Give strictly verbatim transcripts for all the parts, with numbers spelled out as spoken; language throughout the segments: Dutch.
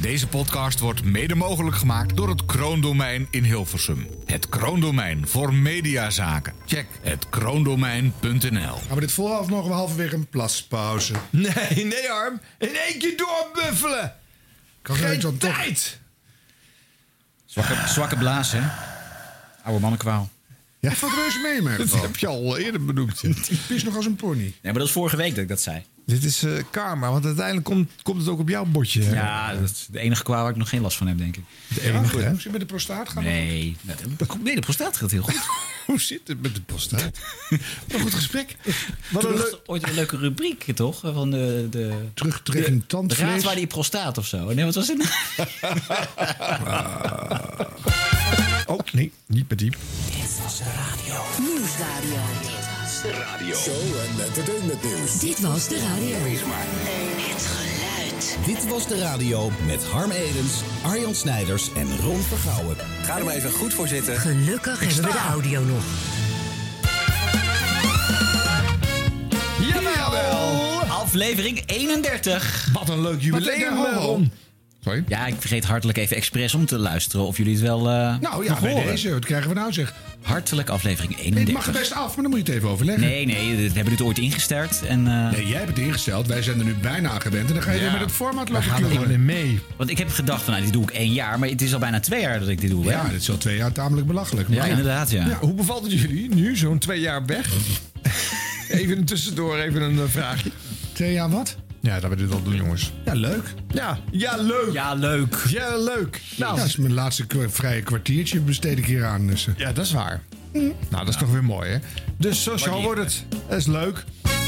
Deze podcast wordt mede mogelijk gemaakt door het Kroondomein in Hilversum. Het Kroondomein voor mediazaken. Check het kroondomein punt n l. Gaan we dit volhouden of mogen we halverwege een plaspauze? Nee, nee Harm. In één keer doorbuffelen. Kan Geen dan toch... tijd. Zwakke, zwakke blaas, hè? Oude mannenkwaal. Ja, valt reuze mee, maar Dat heb je al eerder benoemd. ik pis nog als een pony. Nee, maar dat is vorige week dat ik dat zei. Dit is uh, karma, want uiteindelijk komt, komt het ook op jouw bordje. Hè? Ja, dat is de enige kwaal waar ik nog geen last van heb, denk ik. De Ja, enige, goed. hè? Hoe zit het met de prostaat? Gaan we- Nee, nee, de prostaat gaat heel goed. Hoe zit het met de prostaat? Wat een goed gesprek. Wat Toen een was leuk... er ooit een leuke rubriek, toch? Van de, de, Terugtrekkend de tandvlees. raad waar die prostaat of zo. Nee, wat was het? Oh, nee, niet met die. Dit was de radio. Nieuwsradio. Dit was de radio. Show en entertainment nieuws. Dit was de radio. Het geluid. Dit was de radio met Harm Edens, Arjan Snijders en Ron Vergouwen. Ga er maar even goed voor zitten. Gelukkig hebben we de audio nog. Jawel! Aflevering eenendertig. Wat een leuk jubileum, Wat een- Ron. Sorry? Ja, ik vergeet hartelijk even expres om te luisteren of jullie het wel uh, Nou ja, nog bij horen. deze. Wat krijgen we nou zeg? Hartelijk aflevering Nee, het eenendertig. mag er best af, maar dan moet je het even overleggen. Nee, nee, we hebben dit ooit ingestart. En, uh, Nee, jij hebt het ingesteld. Wij zijn er nu bijna aan gewend. En dan ga je Ja. weer met het format We lopen gaan er gewoon klungelen. in mee. Want ik heb gedacht, van, nou, dit doe ik één jaar. Maar het is al bijna twee jaar dat ik dit doe. Hè? Ja, dit is al twee jaar tamelijk belachelijk. Ja, Maar inderdaad, ja. Ja, hoe bevalt het jullie nu, zo'n twee jaar weg? Even tussendoor, even een uh, vraagje. Twee jaar wat? Ja, dat we dit al doen, jongens. Ja, leuk. Ja, ja, leuk. Ja, Ja, leuk. leuk. Nou, Ja, dat is mijn laatste kwa- vrije kwartiertje besteed ik hier aan. Dus, eh. ja, dat is waar. Nou, dat is toch weer mooi, hè? Dus sociaal wordt het. Dat is leuk.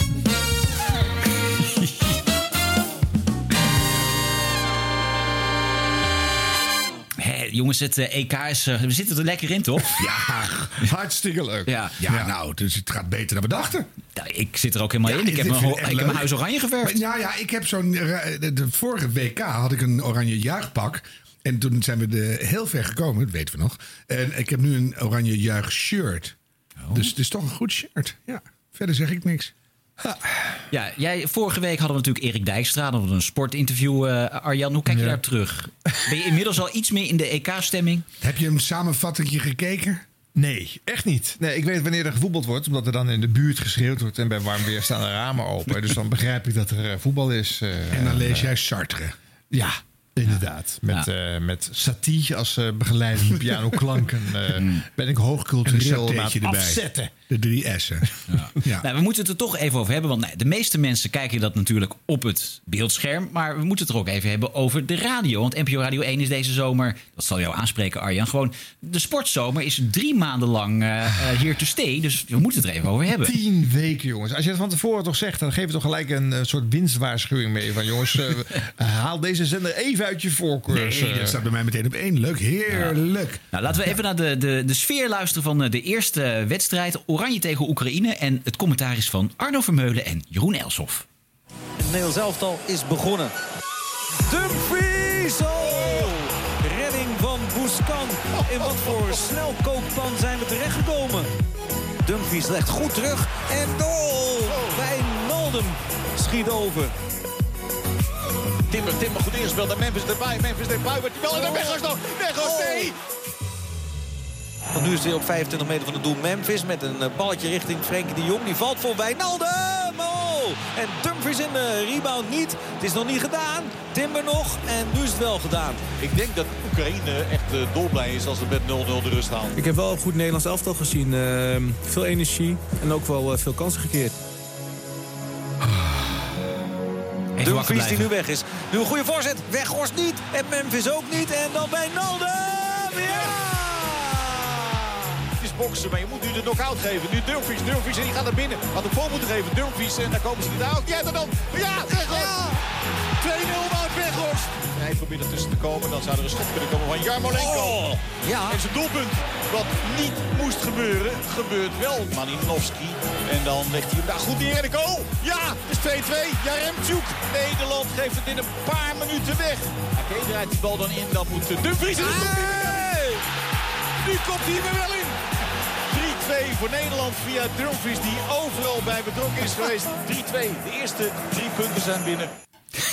Hé, jongens, het uh, E K is... Uh, we zitten er lekker in, toch? ja, Hartstikke leuk. Ja. ja, nou, dus het gaat beter dan we dachten. Ja, ik zit er ook helemaal Ja, in. Ik ik heb, vind mijn, het ho- echt ik heb mijn leuk. huis oranje geverfd. Ja, ja, ik heb zo'n... eh, De, de vorige W K had ik een oranje juichpak. En toen zijn we de, heel ver gekomen, dat weten we nog. En ik heb nu een oranje juichshirt. Oh. Dus het is toch een goed shirt. Ja, verder zeg ik niks. Ja, jij, vorige week hadden we natuurlijk Erik Dijkstra. Dat was een sportinterview. Uh, Arjan, hoe kijk je Ja. daarop terug? Ben je inmiddels al iets meer in de E K-stemming? Heb je een samenvattingje gekeken? Nee, echt niet. Nee, ik weet wanneer er gevoetbald wordt, omdat er dan in de buurt geschreeuwd wordt en bij warm weer staan de ramen open. Dus dan begrijp ik dat er uh, voetbal is. Uh, En dan lees jij Sartre. Ja, inderdaad. Met, Ja. uh, met Satie als uh, begeleidende pianoklanken uh, ben ik En hoogcultureel een aan het erbij. afzetten. De drie S'en. Ja. Ja. Nou, we moeten het er toch even over hebben. Want nee, de meeste mensen kijken dat natuurlijk op het beeldscherm. Maar we moeten het er ook even hebben over de radio. Want N P O Radio één is deze zomer, dat zal jou aanspreken Arjan, gewoon de sportzomer is drie maanden lang uh, uh, hier te stay. Dus we moeten het er even over hebben. Tien weken, jongens. Als je het van tevoren toch zegt, dan geef je toch gelijk een uh, soort winstwaarschuwing mee. Van jongens, uh, haal deze zender even uit je voorkeurs. Nee, dat staat bij mij meteen op één. Leuk, heerlijk. Nou, laten we even naar de, de, de sfeer luisteren van de eerste wedstrijd. Oranje tegen Oekraïne. En het commentaar is van Arno Vermeulen en Jeroen Elshoff. Het Nederlands elftal is begonnen. Dumfries! Oh! Redding van Bouscan. In wat voor snelkookpan zijn we terechtgekomen? Dumfries legt goed terug. En goal! Wijnaldum schiet over. Timber, Timber goed ingespeeld. En Memphis erbij. Memphis erbij. Wordt hij wel. En dan Weghorst nog. Weghorst, nee! Want nu is hij op vijfentwintig meter van het doel Memphis. Met een uh, balletje richting Frenkie de Jong. Die valt voor Wijnaldum. Oh! En Dumfries in de rebound niet. Het is nog niet gedaan. Timber nog. En nu is het wel gedaan. Ik denk dat Oekraïne echt uh, dolblij is als het met nul nul de rust haalt. Ik heb wel een goed Nederlands elftal gezien. Uh, veel energie en ook wel uh, veel kansen gekeerd. Dumfries die nu weg is. Nu een goede voorzet. Weghorst niet. En Memphis ook niet. En dan Wijnaldum. Ja! Het is boksen, maar je moet nu de knock-out geven. Nu Dumfries, Dumfries en die gaat naar binnen. Had ook voor moeten geven. Dumfries en daar komen ze niet uit. Ja, en dan. Ja, Weghorst. twee nul Wout Weghorst. Hij probeert er tussen te komen. Dan zou er een schot kunnen komen van Jarmolenko. Oh, ja. En zijn doelpunt, wat niet moest gebeuren, gebeurt wel. Malinowski. En dan legt hij hem daar goed neer en de goal. Ja, het is twee twee. Jaremchuk. Nederland geeft het in een paar minuten weg. Oké, draait die bal dan in. Dan moet Dumfries. En hey! Nu komt hij er wel in. drie twee voor Nederland via Dumfries die overal bij betrokken is geweest. drie twee. De eerste drie punten zijn binnen.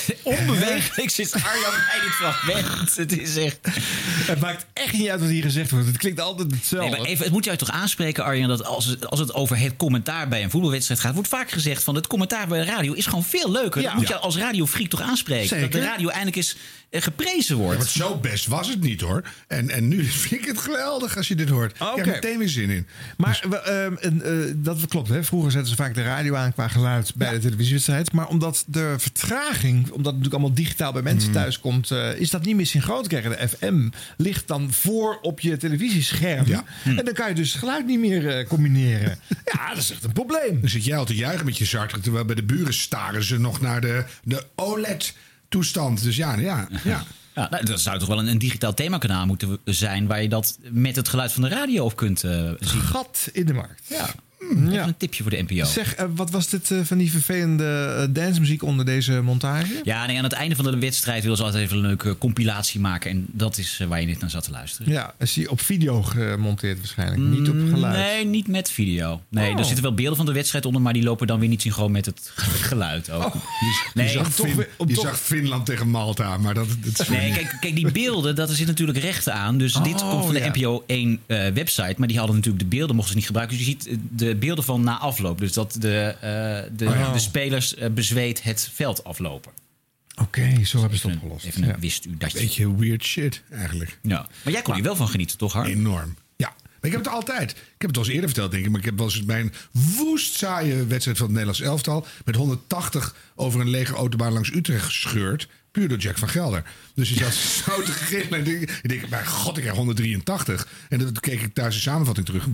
Onbewegelijk zit Arjan bij dit fragment. Het is echt... Het maakt echt niet uit wat hier gezegd wordt. Het klinkt altijd hetzelfde. Nee, maar even, het moet jou toch aanspreken, Arjan, dat als het, als het over het commentaar bij een voetbalwedstrijd gaat, wordt vaak gezegd van het commentaar bij de radio is gewoon veel leuker. Ja. Dat moet je Ja. als radiofreak toch aanspreken. Zeker. Dat de radio eindelijk eens eh, geprezen wordt. Ja, want zo best was het niet, hoor. En, en nu vind ik het geweldig als je dit hoort. Oké. Ik heb meteen weer zin in. Maar we, ehm, en, eh, dat klopt, hè. Vroeger zetten ze vaak de radio aan qua geluid bij de televisiewedstrijd. Maar omdat de vertraging, omdat het natuurlijk allemaal digitaal bij mensen thuis komt, uh, is dat niet meer synchroon te krijgen. De F M ligt dan voor op je televisiescherm. Ja. En dan kan je dus het geluid niet meer uh, combineren. Ja, dat is echt een probleem. Dan zit jij al te juichen met je zart, terwijl bij de buren staren ze nog naar de, de O L E D-toestand. Dus ja, ja, ja. Ja, nou, dat zou toch wel een, een digitaal themakanaal moeten zijn waar je dat met het geluid van de radio op kunt uh, zien. Gat in de markt. Ja. Ja. Even een tipje voor de N P O. Zeg, uh, wat was dit uh, van die vervelende uh, dancemuziek onder deze montage? Ja, nee, aan het einde van de wedstrijd willen ze altijd even een leuke compilatie maken. En dat is uh, waar je net naar zat te luisteren. Ja, is die op video gemonteerd waarschijnlijk, mm, niet op geluid. Nee, niet met video. Nee, Oh. er zitten wel beelden van de wedstrijd onder, maar die lopen dan weer niet synchroon met het geluid ook. Oh. Nee, je zag, toch Fin- weer- om je toch- zag Finland tegen Malta, maar dat, dat is Nee, kijk, kijk, die beelden, dat er zit natuurlijk rechten aan. Dus dit Oh, komt van de ja. N P O één uh, website. Maar die hadden natuurlijk de beelden, mochten ze niet gebruiken. Dus je ziet uh, de beelden van na afloop. Dus dat de, uh, de, Oh. de spelers uh, bezweet het veld aflopen. Oké, zo hebben ze het Even, opgelost. even een Ja. wist u dat je... beetje weird shit, eigenlijk. Ja. Maar jij kon hier wel van genieten, toch, Har? Enorm. Ja, maar ik heb het altijd. Ik heb het wel eens eerder verteld, denk ik. Maar ik heb wel eens bij een woest saaie wedstrijd van het Nederlands elftal met honderdtachtig over een lege autobaan langs Utrecht gescheurd. Puur door Jack van Gelder. Dus je zat zo te gillen. En ik denk, mijn god, ik krijg honderddrieëntachtig. En toen keek ik thuis de samenvatting terug.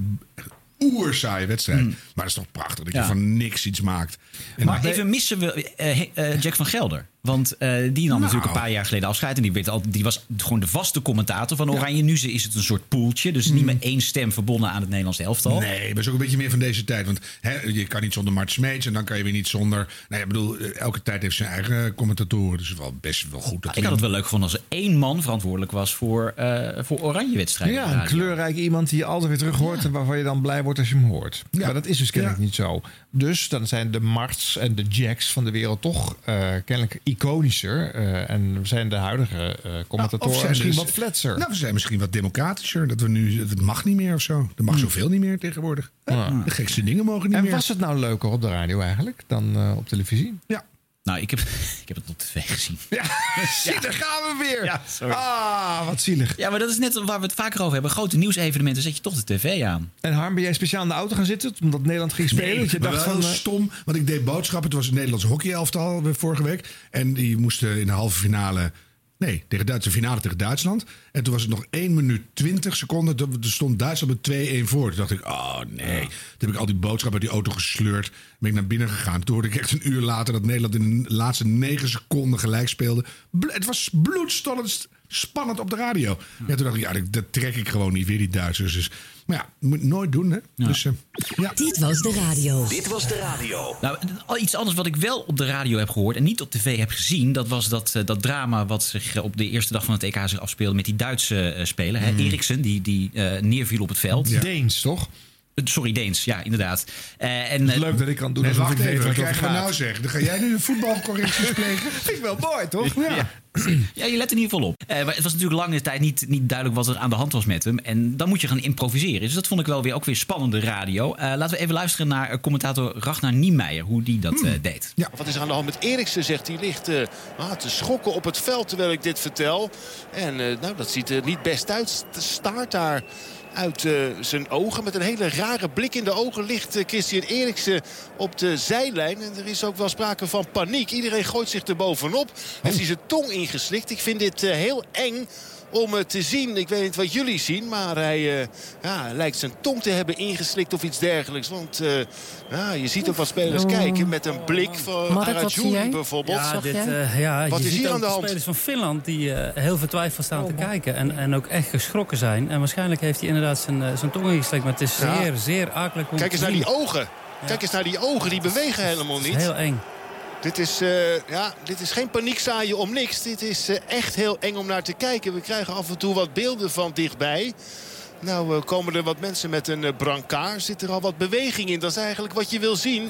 Oersaaie wedstrijd. Maar dat is toch prachtig dat Ja. je van niks iets maakt. En Maar dan- even missen we uh, uh, Jack van Gelder. Want uh, die nam natuurlijk een paar jaar geleden afscheid. En die, werd al, die was gewoon de vaste commentator van Oranje. Nu is het een soort poeltje. Dus niet meer één stem verbonden aan het Nederlands elftal. Nee, maar is ook een beetje meer van deze tijd. Want hè, je kan niet zonder Mart Smeets en dan kan je weer niet zonder... Nou ja, ik bedoel, elke tijd heeft zijn eigen commentatoren. Dus het is wel best wel goed. Dat Ik had het wel leuk gevonden als er één man verantwoordelijk was voor, uh, voor Oranje-wedstrijden. Ja, een kleurrijk iemand die je altijd weer terug hoort... en waarvan je dan blij wordt als je hem hoort. Ja. Maar dat is dus kennelijk Ja. niet zo. Dus dan zijn de Marts en de Jacks van de wereld toch uh, kennelijk iconischer... Uh, en zijn de huidige uh, commentatoren zijn misschien dus- wat fletser. Nou, we zijn misschien wat democratischer. Dat we nu, het mag niet meer of zo. Er mag zoveel niet meer tegenwoordig. Ja. De gekste dingen mogen niet En meer. was het nou leuker op de radio eigenlijk dan uh, op televisie? Ja. Nou, ik heb, ik heb het op tv gezien. Ja, zie, daar gaan we weer. Ja, sorry. Ah, wat zielig. Ja, maar dat is net waar we het vaker over hebben. Grote nieuwsevenementen zet je toch de tv aan. En Harm, ben jij speciaal in de auto gaan zitten omdat Nederland ging spelen? dat je maar dacht wel van, heel uh, stom, want ik deed boodschappen. Het was een Nederlands hockeyelftal vorige week. En die moesten in de halve finale... Nee, tegen Duitse finale tegen Duitsland. En toen was het nog één minuut twintig seconden. Toen stond Duitsland met twee-één voor. Toen dacht ik, oh nee. Toen heb ik al die boodschappen uit die auto gesleurd. Ben ik naar binnen gegaan. Toen hoorde ik echt een uur later dat Nederland in de laatste negen seconden gelijk speelde. Bl- het was bloedstollend spannend op de radio. Ja, toen dacht ik, ja, dat, dat trek ik gewoon niet weer, die Duitsers. Dus, maar ja, moet je nooit doen, hè. Ja. Dus, uh, ja. Dit was de radio. Dit was de radio. Nou, al iets anders wat ik wel op de radio heb gehoord en niet op tv heb gezien, dat was dat, uh, dat drama wat zich op de eerste dag van het E K zich afspeelde met die Duitse uh, speler, hè, Eriksen, die, die uh, neerviel op het veld. Ja. Deens, toch? Uh, sorry, Deens, ja, inderdaad. Uh, en, Het is uh, leuk dat ik kan doen Nee, alsof wacht ik weet even, waar wat het over krijgen we gaat. nou zeggen? Dan ga jij nu een voetbalcorrecties plegen? Vind ik wel mooi, toch? Ja. Ja, je let in ieder geval op. Uh, maar het was natuurlijk lange tijd niet, niet duidelijk wat er aan de hand was met hem. En dan moet je gaan improviseren. Dus dat vond ik wel weer ook weer spannende radio. Uh, laten we even luisteren naar uh, commentator Ragnar Niemeyer, hoe die dat uh, deed. Ja. Wat is er aan de hand met Eriksen, zegt hij. Ligt uh, ah, te schokken op het veld terwijl ik dit vertel. En uh, nou, dat ziet er niet best uit. Staart daar uit uh, zijn ogen. Met een hele rare blik in de ogen ligt uh, Christian Eriksen op de zijlijn. En er is ook wel sprake van paniek. Iedereen gooit zich er bovenop. Heeft hij zijn tong ingeslikt. Ik vind dit uh, heel eng om het te zien. Ik weet niet wat jullie zien, maar hij uh, ja, lijkt zijn tong te hebben ingeslikt of iets dergelijks. Want uh, ja, je ziet ook wat spelers kijken met een blik van Mark, wat zie jij? Arajuri bijvoorbeeld. Ja, Zag dit, jij? uh, ja, Wat je is ziet hier ook aan de de hand? spelers van Finland die uh, heel vertwijfeld staan te kijken. En, en ook echt geschrokken zijn. En waarschijnlijk heeft hij inderdaad zijn, uh, zijn tong ingeslikt. Maar het is Ja. zeer, zeer akelig om Kijk te eens naar zien. die ogen. Kijk eens naar die ogen, die bewegen helemaal Het is niet. heel eng. Dit is, uh, ja, dit is geen paniekzaaien om niks. Dit is uh, echt heel eng om naar te kijken. We krijgen af en toe wat beelden van dichtbij. Nou uh, komen er wat mensen met een uh, brancard. Zit er al wat beweging in. Dat is eigenlijk wat je wil zien.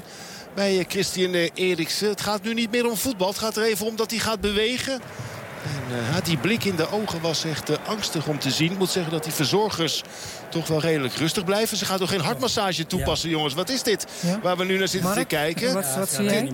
bij uh, Christian Eriksen. Het gaat nu niet meer om voetbal. Het gaat er even om dat hij gaat bewegen. En uh, die blik in de ogen was echt uh, angstig om te zien. Ik moet zeggen dat die verzorgers toch wel redelijk rustig blijven. Ze gaat ook geen hartmassage toepassen, ja. jongens. Wat is dit ja. waar we nu naar zitten Mark, te kijken? Wat, wat zie jij? Dit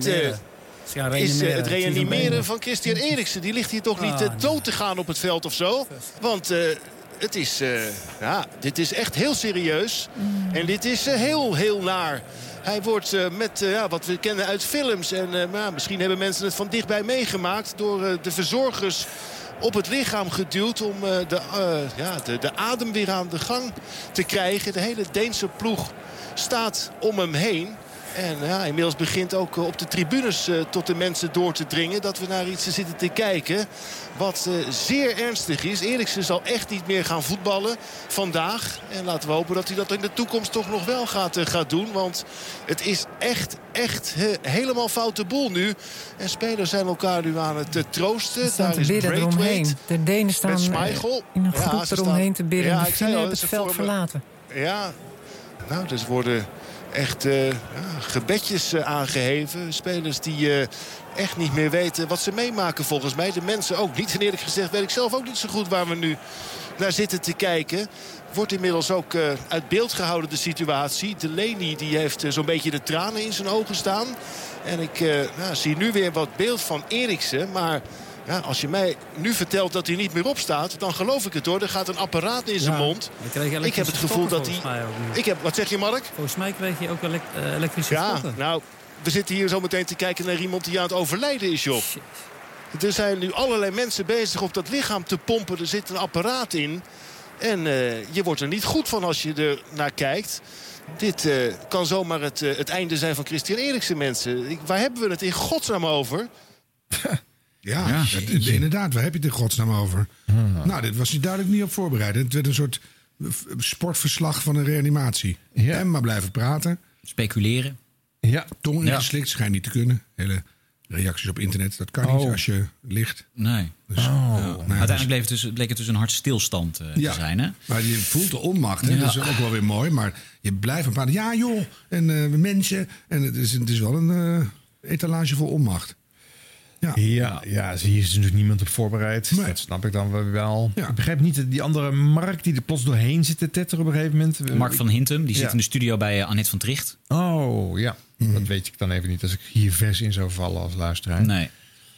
uh, is uh, het reanimeren van Christian Eriksen. Die ligt hier toch niet uh, dood te gaan op het veld of zo. Want uh, het is, uh, ja, dit is echt heel serieus. Mm. En dit is uh, heel, heel naar. Hij wordt uh, met uh, ja, wat we kennen uit films. En uh, maar misschien hebben mensen het van dichtbij meegemaakt. Door uh, de verzorgers op het lichaam geduwd. Om uh, de, uh, ja, de, de adem weer aan de gang te krijgen. De hele Deense ploeg staat om hem heen. En ja, inmiddels begint ook uh, op de tribunes uh, tot de mensen door te dringen. Dat we naar iets zitten te kijken. Wat uh, zeer ernstig is. Eriksen zal echt niet meer gaan voetballen vandaag. En laten we hopen dat hij dat in de toekomst toch nog wel gaat, uh, gaat doen. Want het is echt, echt uh, helemaal foute boel nu. En spelers zijn elkaar nu aan het uh, troosten. Daar is Braithwaite. De Denen staan in een groep ja, eromheen te bidden. Ja, de Finnen hebben het veld verlaten. Ja, nou, dus worden echt uh, ja, gebedjes uh, aangeheven. Spelers die uh, echt niet meer weten wat ze meemaken volgens mij. De mensen ook niet. En eerlijk gezegd weet ik zelf ook niet zo goed waar we nu naar zitten te kijken. Wordt inmiddels ook uh, uit beeld gehouden de situatie. Delaney die heeft uh, zo'n beetje de tranen in zijn ogen staan. En ik uh, nou, zie nu weer wat beeld van Eriksen. Maar ja, als je mij nu vertelt dat hij niet meer opstaat, dan geloof ik het hoor. Er gaat een apparaat in zijn ja, mond. Ik heb het gevoel dat hij... Ik heb, wat zeg je, Mark? Volgens mij kreeg hij ook elek uh, elektrische ja, stokken. Nou, we zitten hier zo meteen te kijken naar iemand die aan het overlijden is, joh. Er zijn nu allerlei mensen bezig op dat lichaam te pompen. Er zit een apparaat in. En uh, je wordt er niet goed van als je er naar kijkt. Dit uh, kan zomaar het, uh, het einde zijn van Christian Eriksen, mensen. Ik, waar hebben we het in godsnaam over? Ja, ja het, inderdaad, waar heb je het in godsnaam over? Hmm. Nou, dit was hij duidelijk niet op voorbereid. Het werd een soort sportverslag van een reanimatie. Ja. En maar blijven praten. Speculeren. Ja. Tong ingeslikt, ja. Schijnt niet te kunnen. Hele reacties op internet, dat kan oh. niet als je ligt. Nee. Dus, oh. ja, nou, Uiteindelijk dus, bleef het dus, bleek het dus een hartstilstand uh, ja. te zijn. Hè? Maar je voelt de onmacht. Hè? Ja. Dat is ook wel weer mooi. Maar je blijft praten. Ja joh, en uh, mensen. En het is, het is wel een uh, etalage vol onmacht. Ja, ja, ja, hier is natuurlijk niemand op voorbereid. Nee. Dat snap ik dan wel. Ja. Ik begrijp niet die andere Mark die er plots doorheen zit te tetteren op een gegeven moment. Mark van Hintem, die ja. zit in de studio bij uh, Annette van Tricht. Oh, ja. Mm. Dat weet ik dan even niet als ik hier vers in zou vallen als luisteraar. Nee.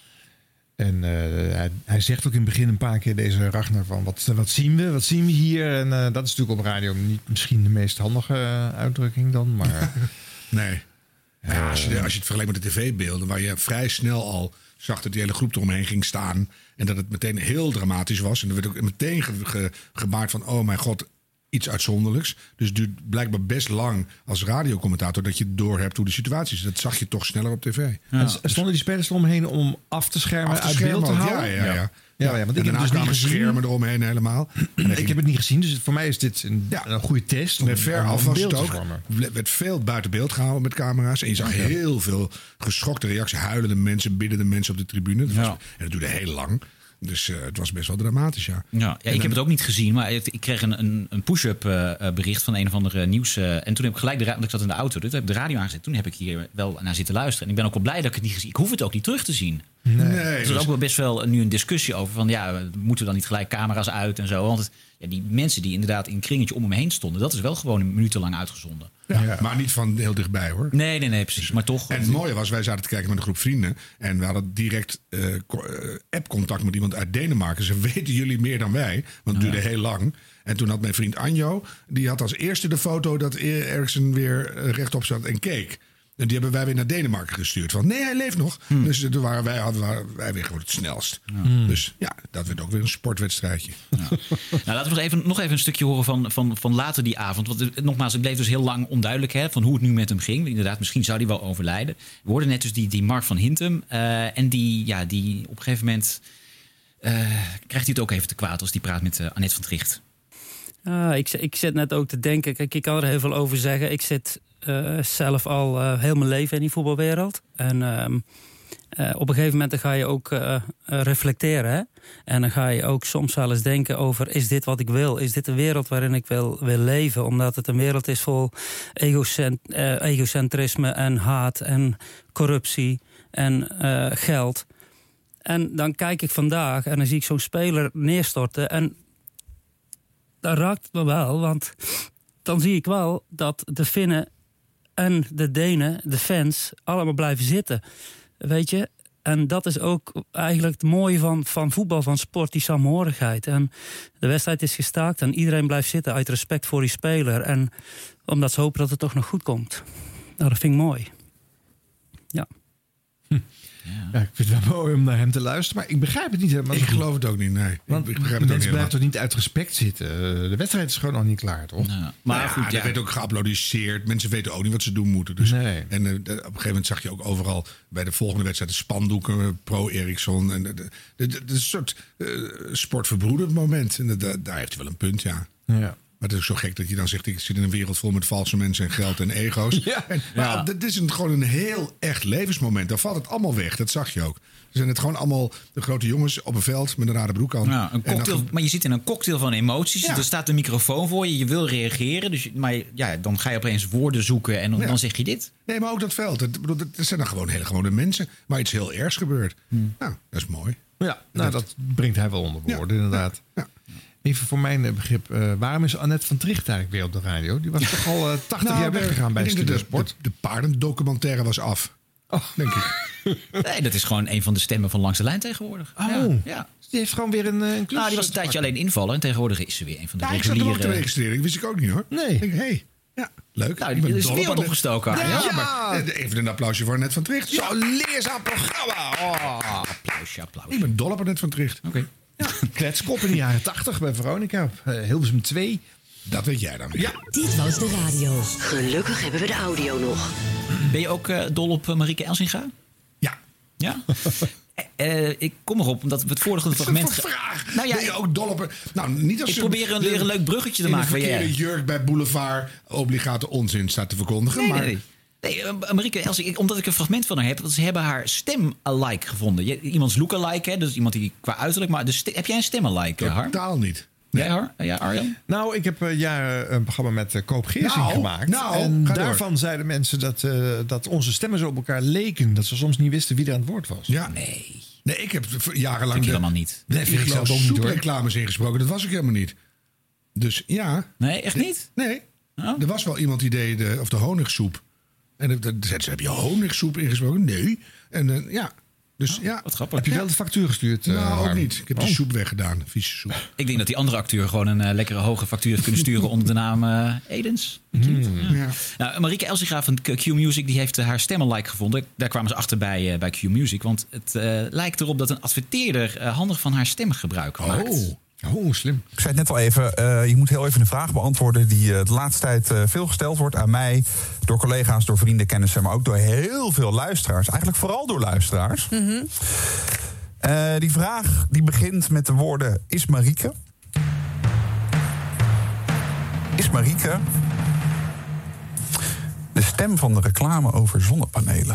En uh, hij, hij zegt ook in het begin een paar keer deze Ragnar van wat, wat zien we, wat zien we hier? En uh, dat is natuurlijk op radio niet misschien de meest handige uh, uitdrukking dan, maar... nee. Ja, als, je, als je het vergelijkt met de tv-beelden, waar je vrij snel al zag dat die hele groep eromheen ging staan. En dat het meteen heel dramatisch was. En er werd ook meteen ge, ge, gebaard van, oh mijn god, iets uitzonderlijks. Dus het duurt blijkbaar best lang als radiocommentator dat je doorhebt hoe de situatie is. Dat zag je toch sneller op tv. Ja. En stonden die spelers eromheen om af te schermen, af te schermen uit beeld te houden? Ja, ja, ja. ja. Ja, ja, want ik heb dus niet gezien. Schermen eromheen helemaal. En ik heb het niet gezien, dus voor mij is dit een, ja. een goede test. Met ver af was het ook. Er werd veel buiten beeld gehouden met camera's. En je zag heel veel geschokte reacties. Huilende mensen, biddende mensen op de tribune. Dat was, ja. En dat duurde heel lang. Dus uh, het was best wel dramatisch, ja. Ja, ja ik dan, heb het ook niet gezien, maar ik kreeg een, een, een push-up uh, bericht van een of andere nieuws. Uh, en toen heb ik gelijk, de, want ik zat in de auto, dus heb ik de radio aangezet. Toen heb ik hier wel naar zitten luisteren. En ik ben ook wel blij dat ik het niet gezien. Ik hoef het ook niet terug te zien. Nee. nee er is dus ook wel best wel nu een discussie over van, ja, moeten we dan niet gelijk camera's uit en zo. Want het, ja, die mensen die inderdaad in een kringetje om hem heen stonden, dat is wel gewoon een minutenlang uitgezonden. Ja, ja. Maar niet van heel dichtbij, hoor. Nee, nee, nee, precies. Maar toch. En het mooie was, wij zaten te kijken met een groep vrienden. En we hadden direct uh, app-contact met iemand uit Denemarken. Ze weten jullie meer dan wij, want het duurde ja. heel lang. En toen had mijn vriend Anjo, die had als eerste de foto dat Eriksen weer rechtop zat en keek. En die hebben wij weer naar Denemarken gestuurd. Van nee, hij leeft nog. Hmm. Dus toen waren wij, hadden waren wij weer gewoon het snelst. Ja. Dus ja, dat werd ook weer een sportwedstrijdje. Ja. Nou, laten we nog even, nog even een stukje horen van, van, van later die avond. Want nogmaals, het bleef dus heel lang onduidelijk hè, van hoe het nu met hem ging. Inderdaad, misschien zou hij wel overlijden. We hoorden net dus die, die Mark van Hintem. Uh, en die, ja, die op een gegeven moment uh, krijgt hij het ook even te kwaad als die praat met uh, Annette van Tricht. Ah, ik, ik zit net ook te denken. Kijk, ik kan er heel veel over zeggen. Ik zit uh, zelf al uh, heel mijn leven in die voetbalwereld. En um, uh, op een gegeven moment dan ga je ook uh, uh, reflecteren. Hè? En dan ga je ook soms wel eens denken over... is dit wat ik wil? Is dit de wereld waarin ik wil, wil leven? Omdat het een wereld is vol egocent, uh, egocentrisme en haat en corruptie en uh, geld. En dan kijk ik vandaag en dan zie ik zo'n speler neerstorten... en dat raakt me wel, want dan zie ik wel dat de Finnen en de Denen, de fans, allemaal blijven zitten. Weet je? En dat is ook eigenlijk het mooie van, van voetbal, van sport, die saamhorigheid. En de wedstrijd is gestaakt en iedereen blijft zitten uit respect voor die speler. En omdat ze hopen dat het toch nog goed komt. Nou, dat vind ik mooi. Ja. Hm. Ja. ja, ik vind het wel mooi om naar hem te luisteren, maar ik begrijp het niet helemaal. Ik geloof het ook niet, nee. Want ik begrijp het mensen blijven toch niet uit respect zitten? De wedstrijd is gewoon nog niet klaar, toch? Nou, maar ja, goed, ja. Er werd ook geapplaudisseerd. Mensen weten ook niet wat ze doen moeten. Dus, nee. En uh, op een gegeven moment zag je ook overal bij de volgende wedstrijd de spandoeken pro-Eriksson. En de, de, de, de, een soort uh, sportverbroederd moment. En de, de, daar heeft hij wel een punt, ja. Ja. Maar het is ook zo gek dat je dan zegt... ik zit in een wereld vol met valse mensen en geld en ego's. Ja. En, maar ja. dit is een, gewoon een heel echt levensmoment. Dan valt het allemaal weg, dat zag je ook. Er zijn het gewoon allemaal de grote jongens op een veld met een rare broek aan. Ja, een cocktail, dan, maar je zit in een cocktail van emoties. Ja. Er staat een microfoon voor je, je wil reageren. Dus, maar ja, dan ga je opeens woorden zoeken en dan, ja. dan zeg je dit. Nee, maar ook dat veld. Het, bedoel, het zijn dan gewoon hele gewone mensen. Maar iets heel ergs gebeurt. Hmm. Nou, dat is mooi. Ja, nou, dat, dat brengt hij wel onder woorden, ja. inderdaad. Ja. Ja. Even voor mijn begrip, uh, waarom is Annette van Tricht eigenlijk weer op de radio? Die was toch al uh, tachtig nou, jaar weggegaan bij Studio Sport? De, de, de paardendocumentaire was af, oh. denk ik. Nee, dat is gewoon een van de stemmen van Langs de Lijn tegenwoordig. Oh, ja. ja. Die heeft gewoon weer een, een klus. Nou, die was een tijdje alleen invallen en tegenwoordig is ze weer een van de ja, reguliere... Ik zat er ook te registreren, dat wist ik ook niet hoor. Nee. Ik denk, hey, ja, leuk. Nou, die is de wereld opgestoken. Ja, ja, ja. maar even een applausje voor Annette van Tricht. Zo'n ja. leerzaam programma. Oh, applausje, applausje. Ik ben dol op Annette van Tricht. Oké. Okay. Ja, kletskop in de jaren tachtig bij Veronica. Uh, Hilversum twee. Dat weet jij dan weer. Ja. Dit was de radio. Gelukkig hebben we de audio nog. Ben je ook uh, dol op uh, Marieke Elsinga? Ja. Ja? uh, ik kom erop, omdat we het vorige fragment... Dat is een vraag. Nou ja, ben je ook dol op... Nou, niet als ik probeer een, weer een leuk bruggetje te maken. In een verkeerde jurk bij Boulevard obligate onzin staat te verkondigen. Nee, maar... nee, nee. Nee, Marieke Elsinga, omdat ik een fragment van haar heb... want ze hebben haar stem-alike gevonden. Iemands look-alike, hè, dus iemand die qua uiterlijk... maar de st- heb jij een stem-alike, Har? Totaal niet. Nee. Jij, Har? Ja, Arjan? Nou, ik heb uh, jaren een programma met uh, Koop Geersing nou, gemaakt. Nou, en daarvan door. zeiden mensen dat, uh, dat onze stemmen zo op elkaar leken. Dat ze soms niet wisten wie er aan het woord was. Ja. Nee. Nee, ik heb jarenlang... Vind je helemaal niet. Nee, vind ik zelf ook niet, hoor. Soepreclames ingesproken, dat was ik helemaal niet. Dus ja. Nee, echt niet? Nee. Oh. Er was wel iemand die deed de, of de honigsoep. En dan zeiden ze, heb je honigsoep ingesproken? Nee. En uh, ja, dus oh, ja. Wat grappig. Heb je wel de factuur gestuurd? Uh, nou, ook Harm? niet. Ik heb oh. de soep weggedaan. Vieze soep. Ik denk dat die andere acteur gewoon een uh, lekkere hoge factuur heeft kunnen sturen onder de naam uh, Edens. Hmm. Ja. Ja. Nou, Marieke Elsinga van Q-Music die heeft uh, haar stemmenlike gevonden. Daar kwamen ze achter bij, uh, bij Q-Music. Want het uh, lijkt erop dat een adverteerder uh, handig van haar stem gebruik maakt. Oh. Oh, slim. Ik zei het net al even, uh, je moet heel even een vraag beantwoorden... die uh, de laatste tijd uh, veel gesteld wordt aan mij... door collega's, door vrienden, kennissen... maar ook door heel veel luisteraars. Eigenlijk vooral door luisteraars. Mm-hmm. Uh, die vraag die begint met de woorden... Is Marieke? Is Marieke... de stem van de reclame over zonnepanelen?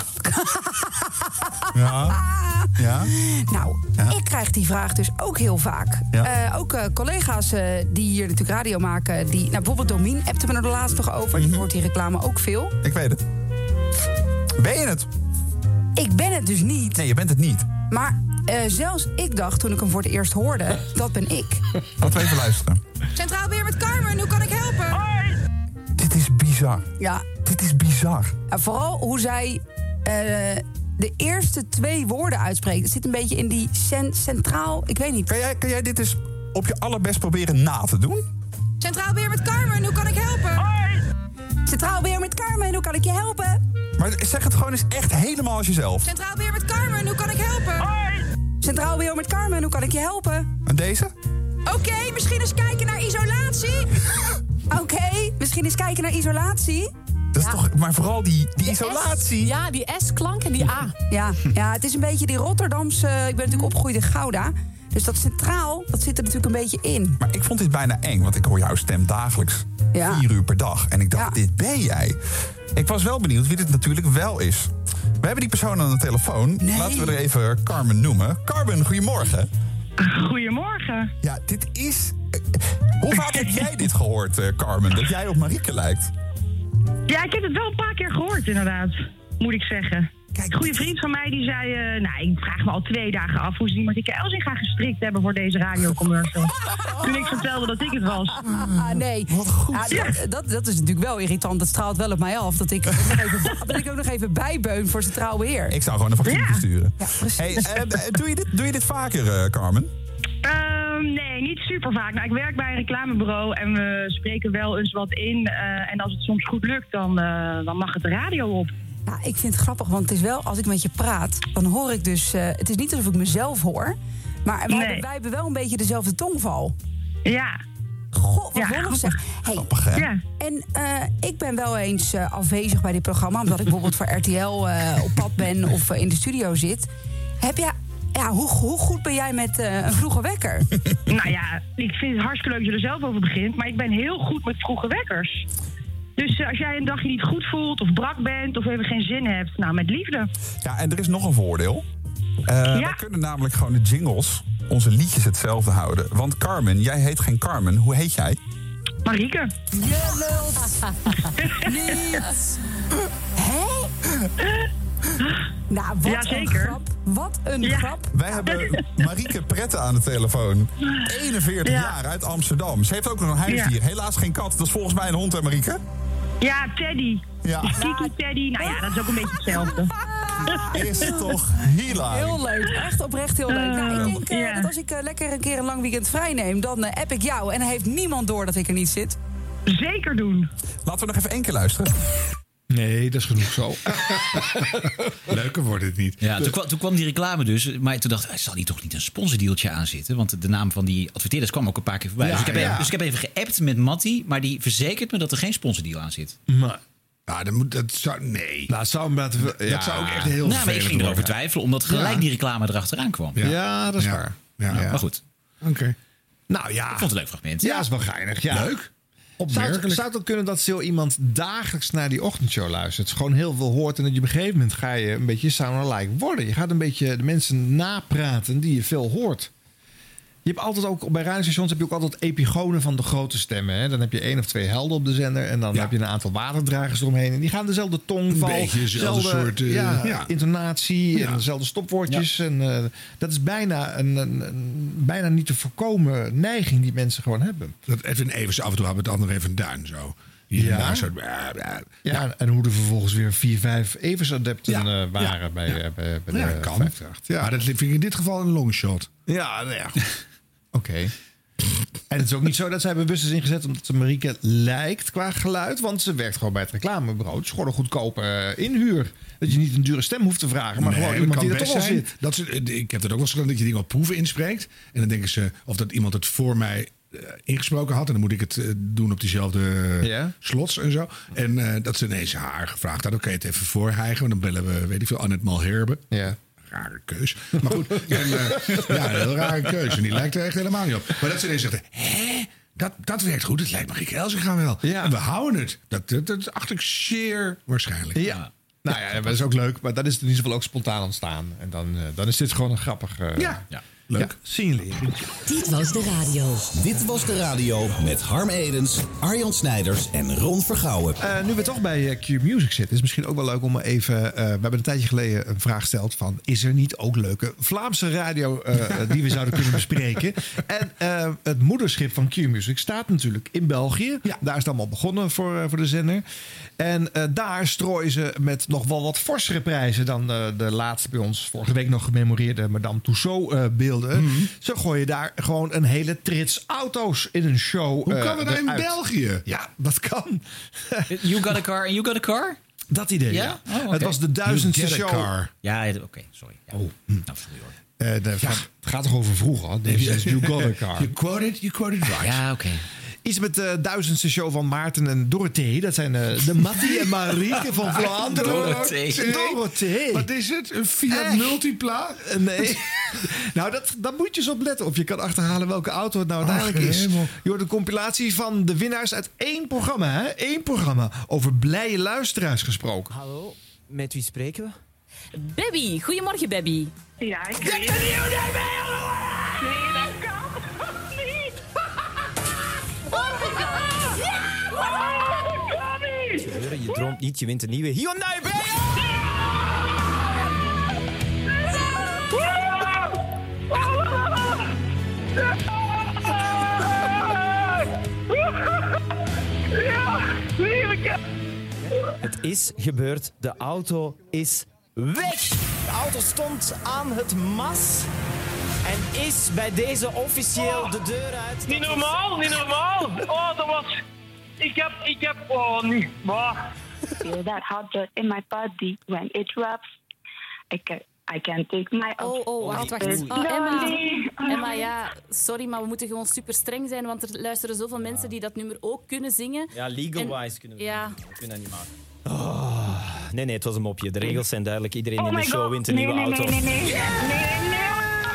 Ja. Ja? Nou, ja. ik krijg die vraag dus ook heel vaak. Ja. Uh, ook uh, collega's uh, die hier natuurlijk radio maken... Die, nou, bijvoorbeeld Domien appte me er de laatst nog over. Die hoort die reclame ook veel. Ik weet het. Ben je het? Ik ben het dus niet. Nee, je bent het niet. Maar uh, zelfs ik dacht, toen ik hem voor het eerst hoorde... dat ben ik. Laten we even luisteren. Centraal Beheer met Carmen, hoe kan ik helpen? Hoi! Dit is bizar. Ja. Dit is bizar. En vooral hoe zij... Uh, de eerste twee woorden uitspreekt. Het zit een beetje in die cent- centraal... Ik weet niet. Kan jij, kan jij dit eens op je allerbest proberen na te doen? Centraal Beheer met Carmen, hoe kan ik helpen? Hoi! Centraal Beheer met Carmen, hoe kan ik je helpen? Maar zeg het gewoon eens echt helemaal als jezelf. Centraal Beheer met Carmen, hoe kan ik helpen? Hoi! Centraal Beheer met Carmen, hoe kan ik je helpen? En deze? Oké, okay, misschien eens kijken naar isolatie. Oké, okay, misschien eens kijken naar isolatie. Dat is ja. toch, maar vooral die, die isolatie. S, ja, die S-klank en die A. Ja, ja, het is een beetje die Rotterdamse... Ik ben natuurlijk opgegroeid in Gouda. Dus dat centraal, dat zit er natuurlijk een beetje in. Maar ik vond dit bijna eng, want ik hoor jouw stem dagelijks Ja. Vier uur per dag. En ik dacht, Ja. dit ben jij. Ik was wel benieuwd wie dit natuurlijk wel is. We hebben die persoon aan de telefoon. Nee. Laten we er even Carmen noemen. Carmen, goedemorgen. Goedemorgen. Ja, dit is... Hoe vaak heb jij dit gehoord, uh, Carmen? Dat jij op Marieke lijkt? Ja, ik heb het wel een paar keer gehoord, inderdaad. Moet ik zeggen. Kijk, een goede vriend van mij die zei... Uh, nou, ik vraag me al twee dagen af hoe ze die Marieke Elsinga gestrikt hebben voor deze radiocommercial. Toen ik vertelde dat ik het was. Ah, nee. Wat goed. Ja, dat, dat, dat is natuurlijk wel irritant. Dat straalt wel op mij af. Dat ik, nog even, dat ik ook nog even bijbeun voor zijn trouwe heer. Ik zou gewoon een factuur Ja. sturen. Ja, precies. Hey, uh, doe, je dit, doe je dit vaker, uh, Carmen? Um, nee, niet super vaak. Nou, ik werk bij een reclamebureau en we spreken wel eens wat in. Uh, en als het soms goed lukt, dan, uh, dan mag het de radio op. Ja, ik vind het grappig, want het is wel, als ik met je praat, dan hoor ik dus... Uh, het is niet alsof ik mezelf hoor, maar wij, Nee. hebben, wij hebben wel een beetje dezelfde tongval. Ja. Goh, wat Ja, lollig zeg. Hey, Grappig, hè? Ja. en uh, ik ben wel eens uh, afwezig bij dit programma... omdat ik bijvoorbeeld voor R T L uh, op pad ben of uh, in de studio zit. Heb jij... Ja, hoe, hoe goed ben jij met uh, een vroege wekker? Nou ja, ik vind het hartstikke leuk dat je er zelf over begint. Maar ik ben heel goed met vroege wekkers. Dus uh, als jij een dagje niet goed voelt of brak bent of even geen zin hebt, nou, met liefde. Ja, en er is nog een voordeel. Uh, Ja. Wij kunnen namelijk gewoon de jingles, onze liedjes hetzelfde houden. Want Carmen, jij heet geen Carmen. Hoe heet jij? Marieke. Je lult niet. Hè? Nou, wat Ja, een zeker. grap. Wat een Ja. grap. Wij hebben Marieke Pretten aan de telefoon. eenenveertig Ja. jaar uit Amsterdam. Ze heeft ook nog een huisdier. Ja. Helaas geen kat. Dat is volgens mij een hond, hè Marieke? Ja, Teddy. Ja. Dus Kiki, Teddy. Nou ja, dat is ook een beetje hetzelfde. Is toch hilarisch. Heel leuk, echt oprecht heel leuk. Nou, ik denk uh, Ja. dat als ik uh, lekker een keer een lang weekend vrij neem... dan uh, app ik jou en dan heeft niemand door dat ik er niet zit. Zeker doen. Laten we nog even één keer luisteren. Nee, dat is genoeg zo. Leuker wordt het niet. Ja, toen kwam, toen kwam die reclame dus. Maar toen dacht ik, zal die toch niet een sponsordealtje aan zitten? Want de naam van die adverteerders kwam ook een paar keer voorbij. Ja, dus, ik heb ja. even, dus ik heb even geappt met Matty. Maar die verzekert me dat er geen sponsordeal aan zit. Maar, Nou, dat, moet, dat zou... Nee. nou, zou hem laten... Ja. Dat zou ook echt heel Nou, maar ik vervelend ging erover worden. twijfelen. Omdat gelijk Ja. die reclame erachteraan kwam. Ja. Ja, dat is Ja. waar. Ja. Maar goed, Oké. Nou ja, ik vond het een leuk fragment. ja, is wel geinig. Ja. Leuk. Zou het, Opmerkelijk. zou het ook kunnen dat zo iemand dagelijks naar die ochtendshow luistert? Gewoon heel veel hoort en dat je op een gegeven moment ga je een beetje sound-alike worden. Je gaat een beetje de mensen napraten die je veel hoort. Je hebt altijd ook, bij radiostations heb je ook altijd epigonen van de grote stemmen. Hè? Dan heb je één of twee helden op de zender. En dan Ja. heb je een aantal waterdragers eromheen. En die gaan dezelfde tongval, Een beetje dezelfde soort, uh, ja, ja. intonatie Ja. en dezelfde stopwoordjes. En uh, dat is bijna een, een, een bijna niet te voorkomen neiging die mensen gewoon hebben. Dat Edwin Evers af en toe had met de andere even Duin zo. Hier Ja. en daar zo. Ja, ja. En hoe er vervolgens weer vier, vijf Evers-adepten Ja. uh, waren Ja. bij, Ja. uh, bij, bij Ja, de kan. vijftigacht. Ja. Maar dat vind ik in dit geval een longshot. Ja, nou ja. Oké. En het is ook niet zo dat zij bewust is ingezet omdat ze Marieke lijkt qua geluid. Want ze werkt gewoon bij het reclamebureau. Het is gewoon een goedkope uh, inhuur. Dat je niet een dure stem hoeft te vragen. Maar Nee, gewoon dat iemand kan die er toch best al zijn zit. Dat ze, ik heb het ook wel eens gedaan dat je dingen op proeven inspreekt. En dan denken ze of dat iemand het voor mij uh, ingesproken had. En dan moet ik het uh, doen op diezelfde uh, Ja. slots en zo. En uh, dat ze ineens haar gevraagd hadden. Oké, het even voorhijgen. Dan bellen we, weet ik veel, Annette Malherbe. Ja. Rare keus. Maar goed, en, uh, ja, een heel rare keus. En die lijkt er echt helemaal niet op. Maar dat ze ineens zegt, hè? Dat, dat werkt goed. Het lijkt Marieke Elsinga wel. Ja. En we houden het. Dat, dat, dat acht ik zeer waarschijnlijk. Ja. Nou ja, dat is ook leuk. Maar dan is het in ieder geval ook spontaan ontstaan. En dan, uh, dan is dit gewoon een grappig... Uh, Ja. Ja. Leuk. Ja, signalering. Dit was de radio. Dit was de radio met Harm Edens, Arjan Snijders en Ron Vergouwen. Uh, nu we toch bij uh, Q Music zitten, is misschien ook wel leuk om even... Uh, we hebben een tijdje geleden een vraag gesteld van... is er niet ook leuke Vlaamse radio uh, die we zouden kunnen bespreken? En uh, het moederschip van Q Music staat natuurlijk in België. Ja. Daar is het allemaal begonnen voor, uh, voor de zender. En uh, daar strooien ze met nog wel wat forsere prijzen... dan uh, de laatste bij ons vorige week nog gememoreerde Madame Tussauds uh, beelden. Mm-hmm. Ze gooien daar gewoon een hele trits auto's in een show. Hoe kan uh, dat in eruit. België? Ja, dat kan. You got a car and you got a car? Dat idee, ja. Ja? Oh, oké. Het was de duizendste You get a show. car. Ja, oké, okay, sorry. Ja. Oh. Nou, sorry hoor. Uh, de, ja. Het gaat toch over vroeger? Deze is You Got a Car. You quoted, you quoted right. Ja, oké. Okay. Iets met de duizendste show van Maarten en Dorothee. Dat zijn uh, de Mattie en Marieke van Vlaanderen. Dorothee. Dorothee. Wat is het? Een Fiat Echt? Multipla? Uh, nee. Nou, dat, daar moet je eens op letten. Of je kan achterhalen welke auto het nou uiteindelijk is. Je hoort een compilatie van de winnaars uit één programma. Hè? Eén programma. Over blije luisteraars gesproken. Hallo, met wie spreken we? Baby, goedemorgen Baby. Ja, ik weet het. Nee, dat kan niet. Oh, dat kan niet. Je droomt niet, je wint een nieuwe Hyundai B M W. Het is gebeurd. De auto is weg. De auto stond aan het mas en is bij deze officieel de deur uit. Niet normaal, niet normaal. Oh, dat was... Ik heb, ik heb... Oh, niet. Oh. Feel that hot blood in my body when it rubs. I can, I can take my... Oh, oh, wacht, wacht. Oh, Emma, Emma, ja, sorry, maar we moeten gewoon super streng zijn, want er luisteren zoveel mensen die dat nummer ook kunnen zingen. Ja, legal-wise kunnen we ja. We kunnen dat niet maken. Oh, nee, nee, het was een mopje. De regels zijn duidelijk. Iedereen Oh in de my show God. wint een nee, nieuwe nee, auto. Nee, nee, nee. Nee, nee.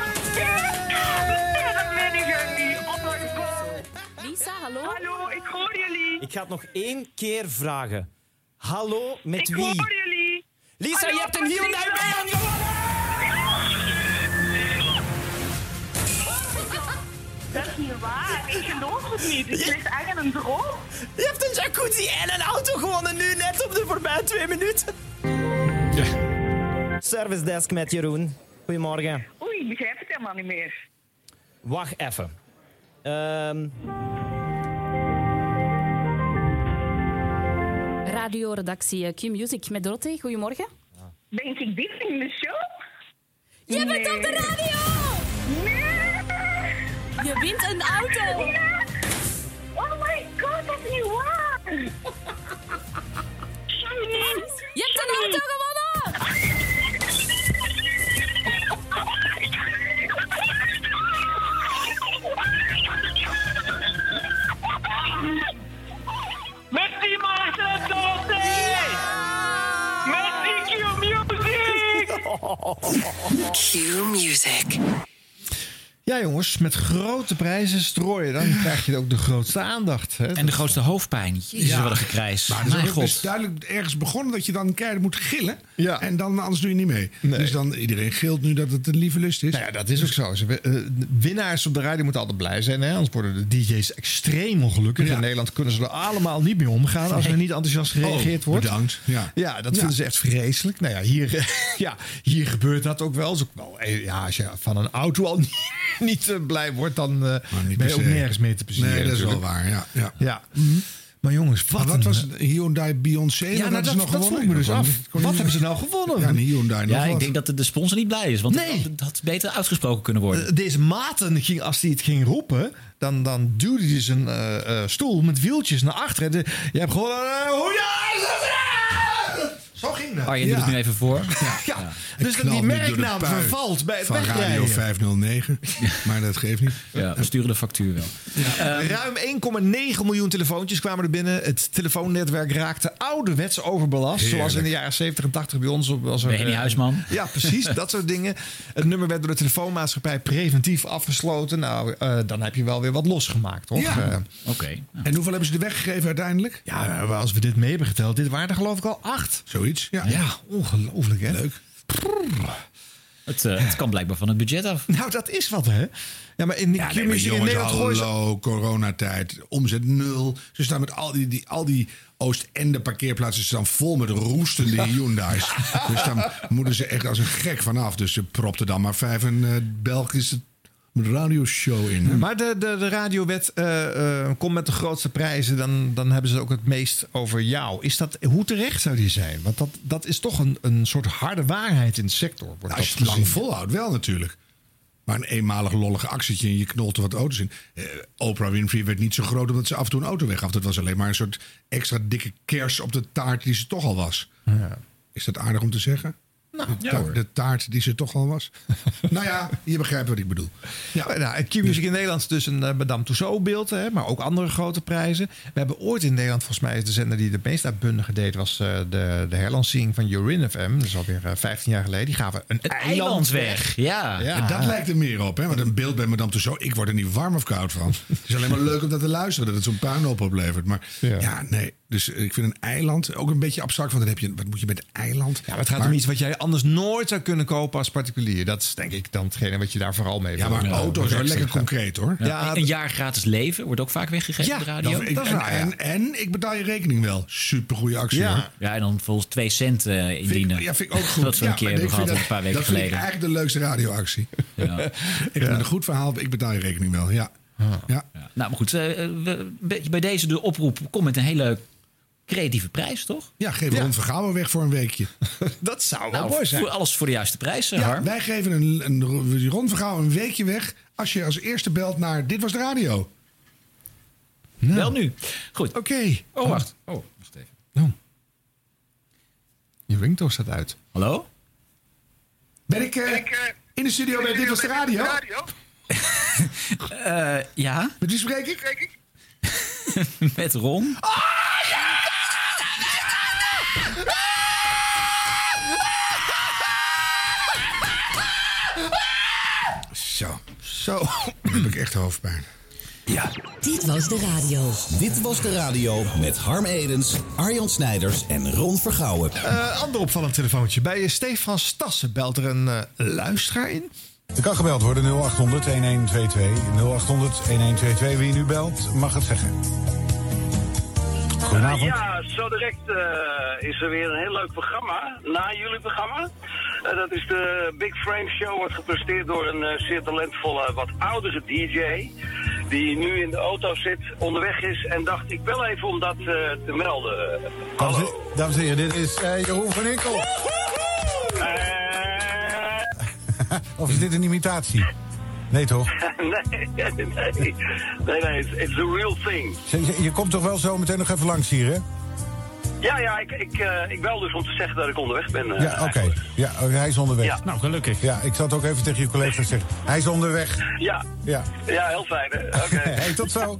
Dat meen ik niet. Oh my God. Lisa, hallo? Hallo, ik hoor jullie. Ik ga het nog één keer vragen. Hallo, met ik wie? Ik hoor jullie. Lisa, Hallo, je hebt een Hyundai B M W gewonnen! Dat is niet waar. Ik geloof het niet. Het is echt een droom. Je hebt een jacuzzi en een auto gewonnen nu, net op de voorbije twee minuten. Ja. Service desk met Jeroen. Goedemorgen. Oei, ik begrijp het helemaal niet meer. Wacht even. Um... Radioredactie Q-Music met Dorothee. Goedemorgen. Ben ik dit in de show? Je bent op de radio! Nee! Je wint een auto! Nee. Oh my God, dat is niet waar! Je hebt een auto gewonnen! Merci Marcel Dorothee! Merci Q-Music! Q-Music. Ja, jongens, met grote prijzen strooien, dan krijg je ook de grootste aandacht. Hè? En de grootste hoofdpijn. Jezus, Ja. wat een gekrijs. Maar het Mijn is, ook, god. het is duidelijk ergens begonnen dat je dan keihard moet gillen. Ja. En dan anders doe je niet mee. Nee. Dus dan iedereen gilt nu dat het een lieve lust is. Nou ja, dat is ook zo. Ze, uh, winnaars op de radio moeten altijd blij zijn. Hè? Anders worden de D J's extreem ongelukkig. Ja. In Nederland kunnen ze er allemaal niet mee omgaan als er niet enthousiast gereageerd Oh, wordt. bedankt. Ja, Ja, dat Ja. vinden ze echt vreselijk. Nou ja, hier, uh, ja, hier gebeurt dat ook wel. Is ook wel eh, ja, als je van een auto al niet, niet uh, blij wordt, dan uh, niet ben je per ook se. nergens mee te plezieren. Nee, dat is wel natuurlijk. waar. Ja, ja. Ja. Maar jongens, wat, Maar wat een, was het? Hyundai Beyoncé? Ja, nou, dat, dat, is nog dat vroeg gewonnen. me dus Ik kon af. niet- kon Wat niet- hebben ze nou gewonnen? Ja, een Hyundai nog Ja, ik wat. denk dat de, de sponsor niet blij is. Want Nee. dat had beter uitgesproken kunnen worden. Uh, Deze maten, ging, als hij het ging roepen, dan, dan duwde hij zijn uh, uh, stoel met wieltjes naar achteren. De, je hebt gewoon... Uh, hoe ja, zo ging dat. Arjen ja. doet het nu even voor. Ja, ja. Dus dat knalt die nu door de merknaam pui vervalt bij het van Radio wegrijden. vijfhonderdnegen. Maar dat geeft niet. Ja, we sturen de factuur wel. Uh, Ruim één komma negen miljoen telefoontjes kwamen er binnen. Het telefoonnetwerk raakte ouderwets overbelast. Heerlijk. Zoals in de jaren zeventig en tachtig bij ons. Was er, Ben je niet uh, Huisman? Ja, precies. Dat soort dingen. Het nummer werd door de telefoonmaatschappij preventief afgesloten. Nou, uh, dan heb je wel weer wat losgemaakt, toch? Ja. Uh, Oké. En hoeveel hebben ze er weggegeven uiteindelijk? ja, als we dit mee hebben geteld, dit waren er geloof ik al acht. Zoiets. Ja. Ja, ongelooflijk hè. Leuk. Het, uh, het kan blijkbaar van het budget af. Nou, dat is wat hè. Ja, maar in, Ja, nee, maar Q-Music in jongens, Nederland gooien ze... hallo, coronatijd, omzet nul. Ze staan met al die, die, al die Oostende parkeerplaatsen staan vol met roestende Hyundai's. Dus dan moeten ze echt als een gek vanaf. Dus ze propten dan maar vijf een uh, Belgische radioshow in. Hè? Maar de, de, de radiowet uh, uh, komt met de grootste prijzen. Dan, dan hebben ze ook het meest over jou. Is dat, hoe terecht zou die zijn? Want dat, dat is toch een, een soort harde waarheid in de sector. Wordt Nou, dat als je het lang gezien. volhoudt, wel natuurlijk. Maar een eenmalig lollige actietje en je knolt er wat auto's in. Uh, Oprah Winfrey werd niet zo groot omdat ze af en toe een auto weggaf. Dat was alleen maar een soort extra dikke kers op de taart die ze toch al was. Ja. Is dat aardig om te zeggen? Nou, ja, de, de taart die ze toch al was. Nou ja, je begrijpt wat ik bedoel. Ja, nou, Q-Music in Nederland is dus een uh, Madame Tussauds beeld, hè, maar ook andere grote prijzen. We hebben ooit in Nederland, volgens mij is de zender die de meest uitbundige deed, was uh, de, de herlancering van Urin F M. Dat is alweer uh, vijftien jaar geleden. Die gaven een het eiland, eiland weg. weg. Ja. Ja. En dat lijkt er meer op, hè? Want een beeld bij Madame Tussauds, ik word er niet warm of koud van. Het is alleen maar leuk om dat te luisteren, dat het zo'n puinhoop oplevert. Maar ja. ja, nee. Dus ik vind een eiland ook een beetje abstract. Want dan heb je, wat moet je met een eiland? Ja, maar het gaat maar, om iets wat jij anders nooit zou kunnen kopen als particulier. Dat is denk ik dan hetgene wat je daar vooral mee wil. Ja, maar auto's zijn lekker concreet, hoor. Ja, ja, een jaar gratis leven wordt ook vaak weggegeven ja, op de radio. Dat, ik, dat is en, waar, ja. en, en ik betaal je rekening wel. Supergoeie actie, ja. hoor. Ja, en dan volgens twee cent uh, indienen. Vind ik, ja, vind ik ook goed. Dat we een ja, keer hebben gehad een paar weken dat geleden. Dat vind ik eigenlijk de leukste radioactie. Ja. Ik vind ja. een goed verhaal. Ik betaal je rekening wel, ja. Ah. ja. ja. Nou, maar goed. Uh, we, bij deze de oproep. Kom met een hele creatieve prijs, toch? Ja, geef ja. Ron Vergouwen weg voor een weekje. Dat zou wel nou, mooi zijn. Voor alles voor de juiste prijs, ja, Harm. Wij geven een, een Ron Vergouwen een weekje weg als je als eerste belt naar Dit Was de Radio. Nou. Wel nu. Goed. Oké. Okay. Oh, wacht. Oh, wacht even. Oh. Je ringtone staat uit. Hallo? Ben ik, uh, ben ik uh, in de studio bij Dit Was de Radio? uh, ja. Met wie spreek ik? Met Ron. Oh, ja! Zo. Zo. Dan heb ik echt hoofdpijn. Ja. Dit was de radio. Dit was de radio met Harm Edens, Arjan Snijders en Ron Vergouwen. Uh, ander opvallend telefoontje. Bij Stefan Stassen belt er een uh, luisteraar in. Er kan gebeld worden nul acht honderd een een twee twee. nul acht honderd een een twee twee. Wie nu belt, mag het zeggen. Goedenavond. Uh, ja, zo direct uh, is er weer een heel leuk programma. Na jullie programma. Uh, dat is de Big Frame Show. Wordt gepresenteerd door een uh, zeer talentvolle, wat oudere D J. Die nu in de auto zit, onderweg is. En dacht, ik bel even om dat uh, te melden. Hallo. Dames en heren, dit is uh, Jeroen van Inkel. Uh, of is dit een imitatie? Nee, toch? nee, nee, nee. Nee, nee, it's a real thing. Je, je komt toch wel zo meteen nog even langs hier, hè? Ja, ja, ik, ik, uh, ik bel dus om te zeggen dat ik onderweg ben. Uh, ja, oké. Okay. Ja, hij is onderweg. Ja. Nou, gelukkig. Ja, ik zal het ook even tegen je collega's zeggen. Hij is onderweg. Ja. Ja, ja heel fijn, hè? Oké. Okay. Hey, tot zo.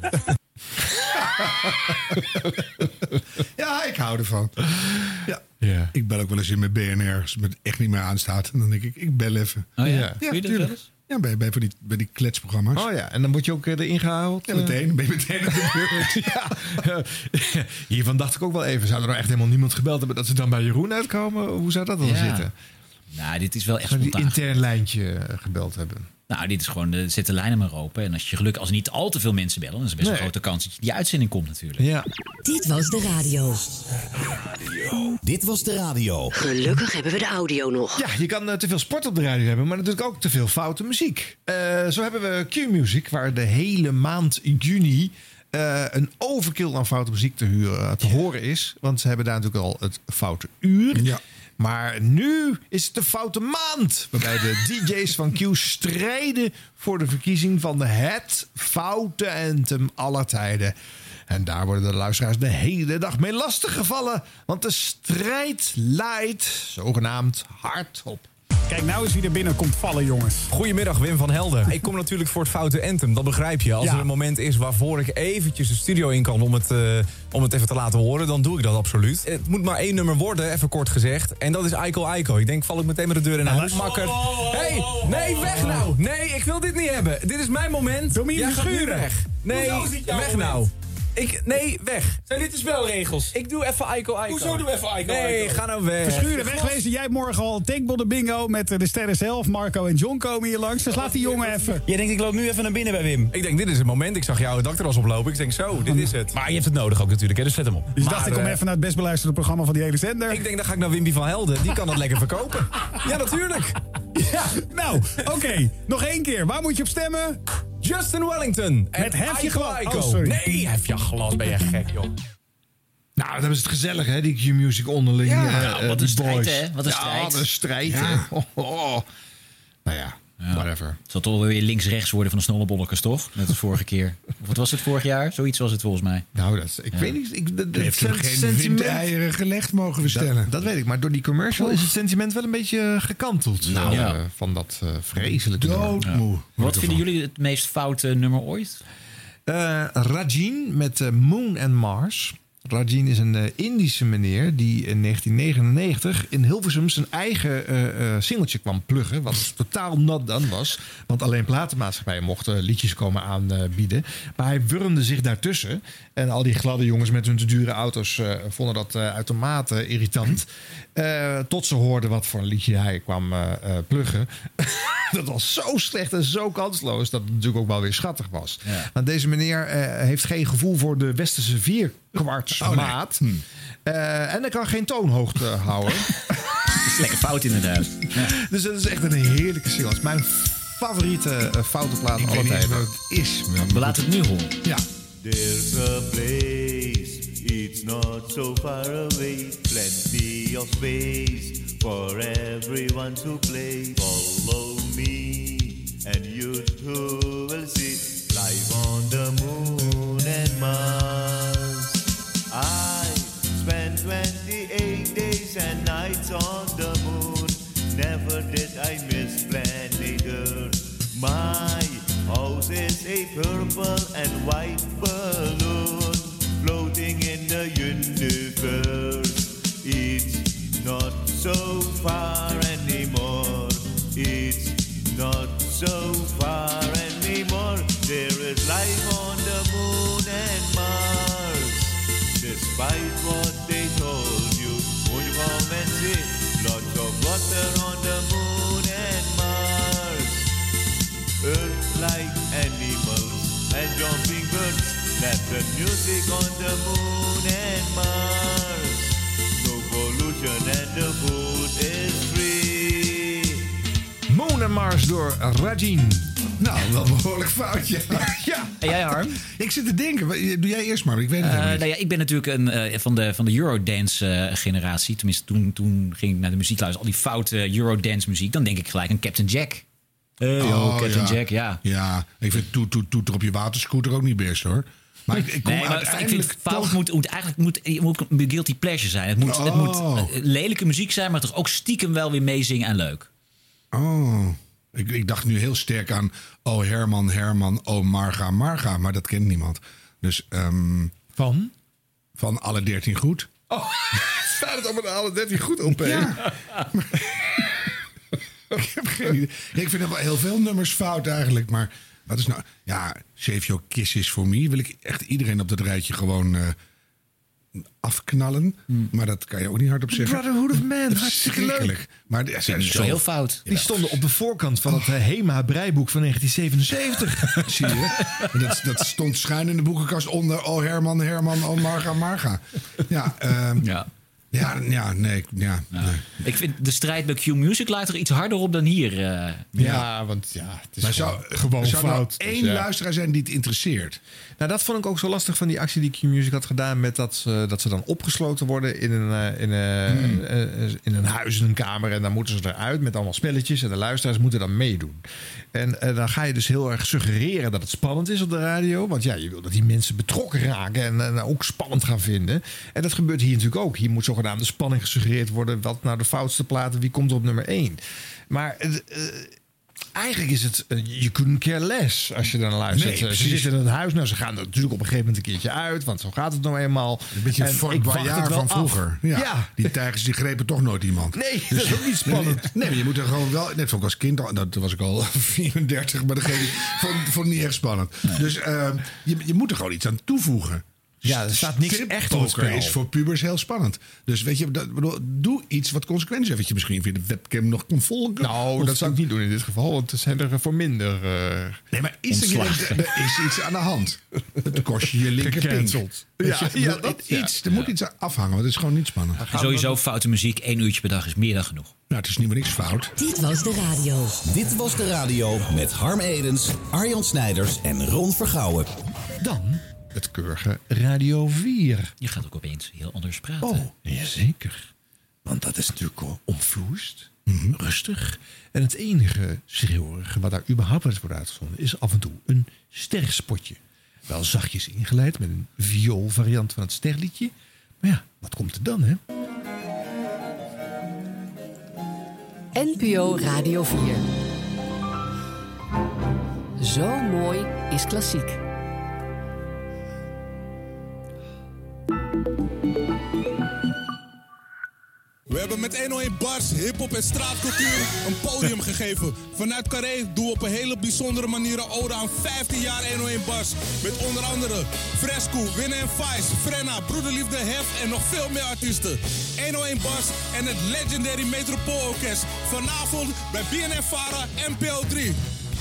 Ja, ik hou ervan. Ja. Ja. Ik bel ook wel eens in mijn B N R als het me echt niet meer aanstaat. En dan denk ik, ik bel even. Oh ja? Ja, ja tuurlijk. Ja, bij, bij, bij, die, bij die kletsprogramma's. Oh ja, en dan word je ook erin gehaald? Ja, meteen. Ben je meteen aan de beurt. Ja. Hiervan dacht ik ook wel even. Zou er nou echt helemaal niemand gebeld hebben dat ze dan bij Jeroen uitkomen? Hoe zou dat dan ja. zitten? Nou, dit is wel echt Zou die spontaan. intern lijntje gebeld hebben? Nou, dit is gewoon, de zet de lijnen maar open. En als je geluk, als niet al te veel mensen bellen, dan is er best nee. een grote kans dat je die uitzending komt natuurlijk. Ja. Dit was de radio. Dit was de radio. Gelukkig hebben we de audio nog. Ja, je kan uh, te veel sport op de radio hebben, maar natuurlijk ook te veel foute muziek. Uh, zo hebben we Q-Music, waar de hele maand juni uh, een overkill aan foute muziek te, huren, te horen is. Want ze hebben daar natuurlijk al het foute uur. Ja. Maar nu is het de foute maand. Waarbij de D J's van Q strijden voor de verkiezing van de het foute anthem aller tijden. En daar worden de luisteraars de hele dag mee lastiggevallen. Want de strijd leidt zogenaamd hard op. Kijk, nou eens wie er binnen komt vallen, jongens. Goedemiddag, Wim van Helden. Ik kom natuurlijk voor het foute anthem, dat begrijp je. Als ja. er een moment is waarvoor ik eventjes de studio in kan om het, uh, om het even te laten horen, dan doe ik dat absoluut. Het moet maar één nummer worden, even kort gezegd. En dat is Eiko Eiko. Ik denk, val ik meteen met de deur in huis. Makker. Hé, hey, nee, weg nou. Nee, ik wil dit niet hebben. Dit is mijn moment. Jij gaat nu weg. Nee, weg nou. Ik, nee, weg. Zijn dit de spelregels? Ik doe even Eiko Eiko. Hoezo doe even Eiko Nee, Eiko? ga nou weg. Verschuren, wegwezen. Jij hebt morgen al Tankbodden bingo met de sterren zelf. Marco en John komen hier langs. Dus laat die jongen even. Jij denkt, ik loop nu even naar binnen bij Wim. Ik denk, dit is het moment. Ik zag jou het dakterras oplopen. Ik denk, zo, dit is het. Maar je hebt het nodig ook natuurlijk, hè? Dus zet hem op. Dus maar, dacht ik kom uh, even naar het best beluisterde programma van die hele zender. Ik denk, dan ga ik naar Wimpy van Helden. Die kan dat lekker verkopen. Ja, natuurlijk. Ja, nou, oké. Okay. Nog één keer. Waar moet je op stemmen? Justin Wellington. Met hef je glas. Oh, sorry. Nee, hef je glas. Ben je gek, joh. Nou, dat is het gezellig, hè, die Q-Music onderling. Ja, uh, nou, wat een strijd, hè? Wat een ja, strijd. Wat een strijd, ja. Oh, oh. Nou ja. Ja. Whatever. Het zal toch wel weer links-rechts worden van de snollebollekes, toch? Net als vorige keer. Of wat was het vorig jaar? Zoiets was het volgens mij. Nou, dat is, ik Ja. weet niet. Ik, de, de, Heeft hem geen sentiment- windeieren gelegd, mogen we stellen. Dat, dat weet ik, maar door die commercial is het sentiment wel een beetje gekanteld. Nou, uh, ja. Van dat uh, vreselijke nummer. Doodmoe. Wat vinden jullie het meest foute nummer ooit? Uh, Rajin met uh, Moon and Mars. Rajin is een uh, Indische meneer die in negentien negenennegentig in Hilversum zijn eigen uh, uh, singeltje kwam pluggen. Wat totaal not done was. Want alleen platenmaatschappijen mochten liedjes komen aanbieden. Maar hij wurmde zich daartussen. En al die gladde jongens met hun te dure auto's uh, vonden dat uh, uitermate irritant. Uh, tot ze hoorden wat voor een liedje hij kwam uh, uh, pluggen. Dat was zo slecht en zo kansloos dat het natuurlijk ook wel weer schattig was. Ja. Want deze meneer uh, heeft geen gevoel voor de westerse vierkwartsmaat. Oh, nee. uh, en hij kan geen toonhoogte houden. Dat is lekker fout inderdaad. Ja. Dus dat is echt een heerlijke single. Het is mijn favoriete uh, foute plaat Ik aller weet niet eens tijden. wat het is. We laten het nu horen. Ja. There's a place, it's not so far away. Plenty of space for everyone to play. Follow me, and you too will see life on the moon and Mars. I spent twenty-eight days and nights on the moon. Never did I miss planet Earth. My house is a purple and white balloon floating in the universe. It's not so far anymore. It's not so far anymore. There is life on the moon and Mars. Despite what they told you, won't you come and see? Lots of water on the moon and Mars. Earth-like animals and jumping birds. That's the music on the moon and Mars. No pollution and the food is free. Moon and Mars door Rajin. Nou, wel een behoorlijk foutje. Ja. En jij, Harm? Ik zit te denken. Doe jij eerst maar, ik weet het Uh, helemaal niet. nou ja, ik ben natuurlijk een, uh, van de, van de Eurodance-generatie. Tenminste, toen, toen ging ik naar de muziek luisteren. Al die foute Eurodance-muziek. Dan denk ik gelijk aan Captain Jack. Hey, oh, Captain ja. Jack, ja. Ja, ik vind toet, toet, toeter op je waterscooter ook niet best, hoor. Maar ik, ik kom Nee, maar ik uiteindelijk vind fout toch... moet, moet eigenlijk moet, je moet een guilty pleasure zijn. Het moet, het moet Oh. uh, lelijke muziek zijn, maar toch ook stiekem wel weer meezingen en leuk. Oh, ik, ik dacht nu heel sterk aan... Oh, Herman, Herman, oh, Marga, Marga. Maar dat kent niemand. Dus, um, Van? Van alle dertien goed. Oh, staat het op de alle dertien goed op, hè? Ja. Ik heb geen idee. Ik vind er wel heel veel nummers fout eigenlijk. Maar wat is nou... Ja, Save Your Kisses For Me. Wil ik echt iedereen op dat rijtje gewoon uh, afknallen. Hmm. Maar dat kan je ook niet hardop zeggen. Brotherhood of Man, hartstikke leuk. Maar die zijn Zo heel fout. Die stonden op de voorkant van het uh, HEMA-breiboek van negentien zevenenzeventig. Zie je? Dat, dat stond schuin in de boekenkast onder... Oh, Herman, Herman, oh, Marga, Marga. Ja, uh, Ja. Ja, ja, nee. Ja, Nou, nee. Ik vind de strijd bij Q-Music lijkt er iets harder op dan hier. Uh, Ja, ja, want ja, het is Maar gewoon, zou, gewoon zou er nou fout. één Dus ja. luisteraar zijn die het interesseert? Nou, dat vond ik ook zo lastig van die actie die Q-Music had gedaan... met dat, uh, dat ze dan opgesloten worden in een, uh, in, uh, Hmm. uh, uh, in een huis, in een kamer... en dan moeten ze eruit met allemaal spelletjes... en de luisteraars moeten dan meedoen. En uh, dan ga je dus heel erg suggereren dat het spannend is op de radio... want ja, je wil dat die mensen betrokken raken en, en ook spannend gaan vinden. En dat gebeurt hier natuurlijk ook. Hier moet zogenaamde spanning gesuggereerd worden... wat nou de foutste platen, wie komt er op nummer één. Maar... Uh, Eigenlijk is het, uh, je couldn't care less als je dan luistert. Nee, ze zitten in het huis, nou ze gaan er natuurlijk op een gegeven moment een keertje uit, want zo gaat het nou eenmaal. Een beetje En Fort ik wacht Boyard het wel van vroeger. af. Ja. Ja. Die tijgers die grepen toch nooit iemand. Nee, dat is ook niet spannend. Nee, maar je moet er gewoon wel... Net zoals als kind, al- dat was ik al vierendertig... maar dat vond, vond ik niet echt spannend. Dus uh, je, je moet er gewoon iets aan toevoegen. Ja, er staat niks echt op het Strippoker spel. is voor pubers heel spannend. Dus weet je, dat, bedoel, doe iets wat consequenties heeft. Wat je misschien vindt de webcam nog kon volgen. Nou, Of- dat zou ik niet doen in dit geval, want er zijn er voor minder. Uh, Nee, maar is er, er is iets aan de hand. Het kost je je linkerpink. Gecanceld. Weet je, Ja, ja, bedoel, dat- iets, ja. er moet iets aan afhangen, want het is gewoon niet spannend. en sowieso foute muziek, één uurtje per dag is meer dan genoeg. Nou, het is niet meer niks fout. Dit was de radio. Dit was de radio met Harm Edens, Arjan Snijders en Ron Vergouwen. Dan het keurige Radio vier. Je gaat ook opeens heel anders praten. Oh, jazeker. Want dat is natuurlijk al omvloest. Mm-hmm. Rustig. En het enige schreeuwerige wat daar überhaupt uit wordt uitgezonden is af en toe een sterspotje. Wel zachtjes ingeleid met een vioolvariant van het sterliedje. Maar ja, wat komt er dan, hè? N P O Radio vier. Zo mooi is klassiek. We hebben met honderdéén Bars, hiphop en straatcultuur een podium gegeven. Vanuit Carré doen we op een hele bijzondere manier een ode aan vijftien jaar honderdéén Bars. Met onder andere Fresco, Winne en Vice, Frenna, Broederliefde, Hef en nog veel meer artiesten. honderdéén Bars en het Legendary Metropoolorkest. Vanavond bij B N N Vara N P O drie.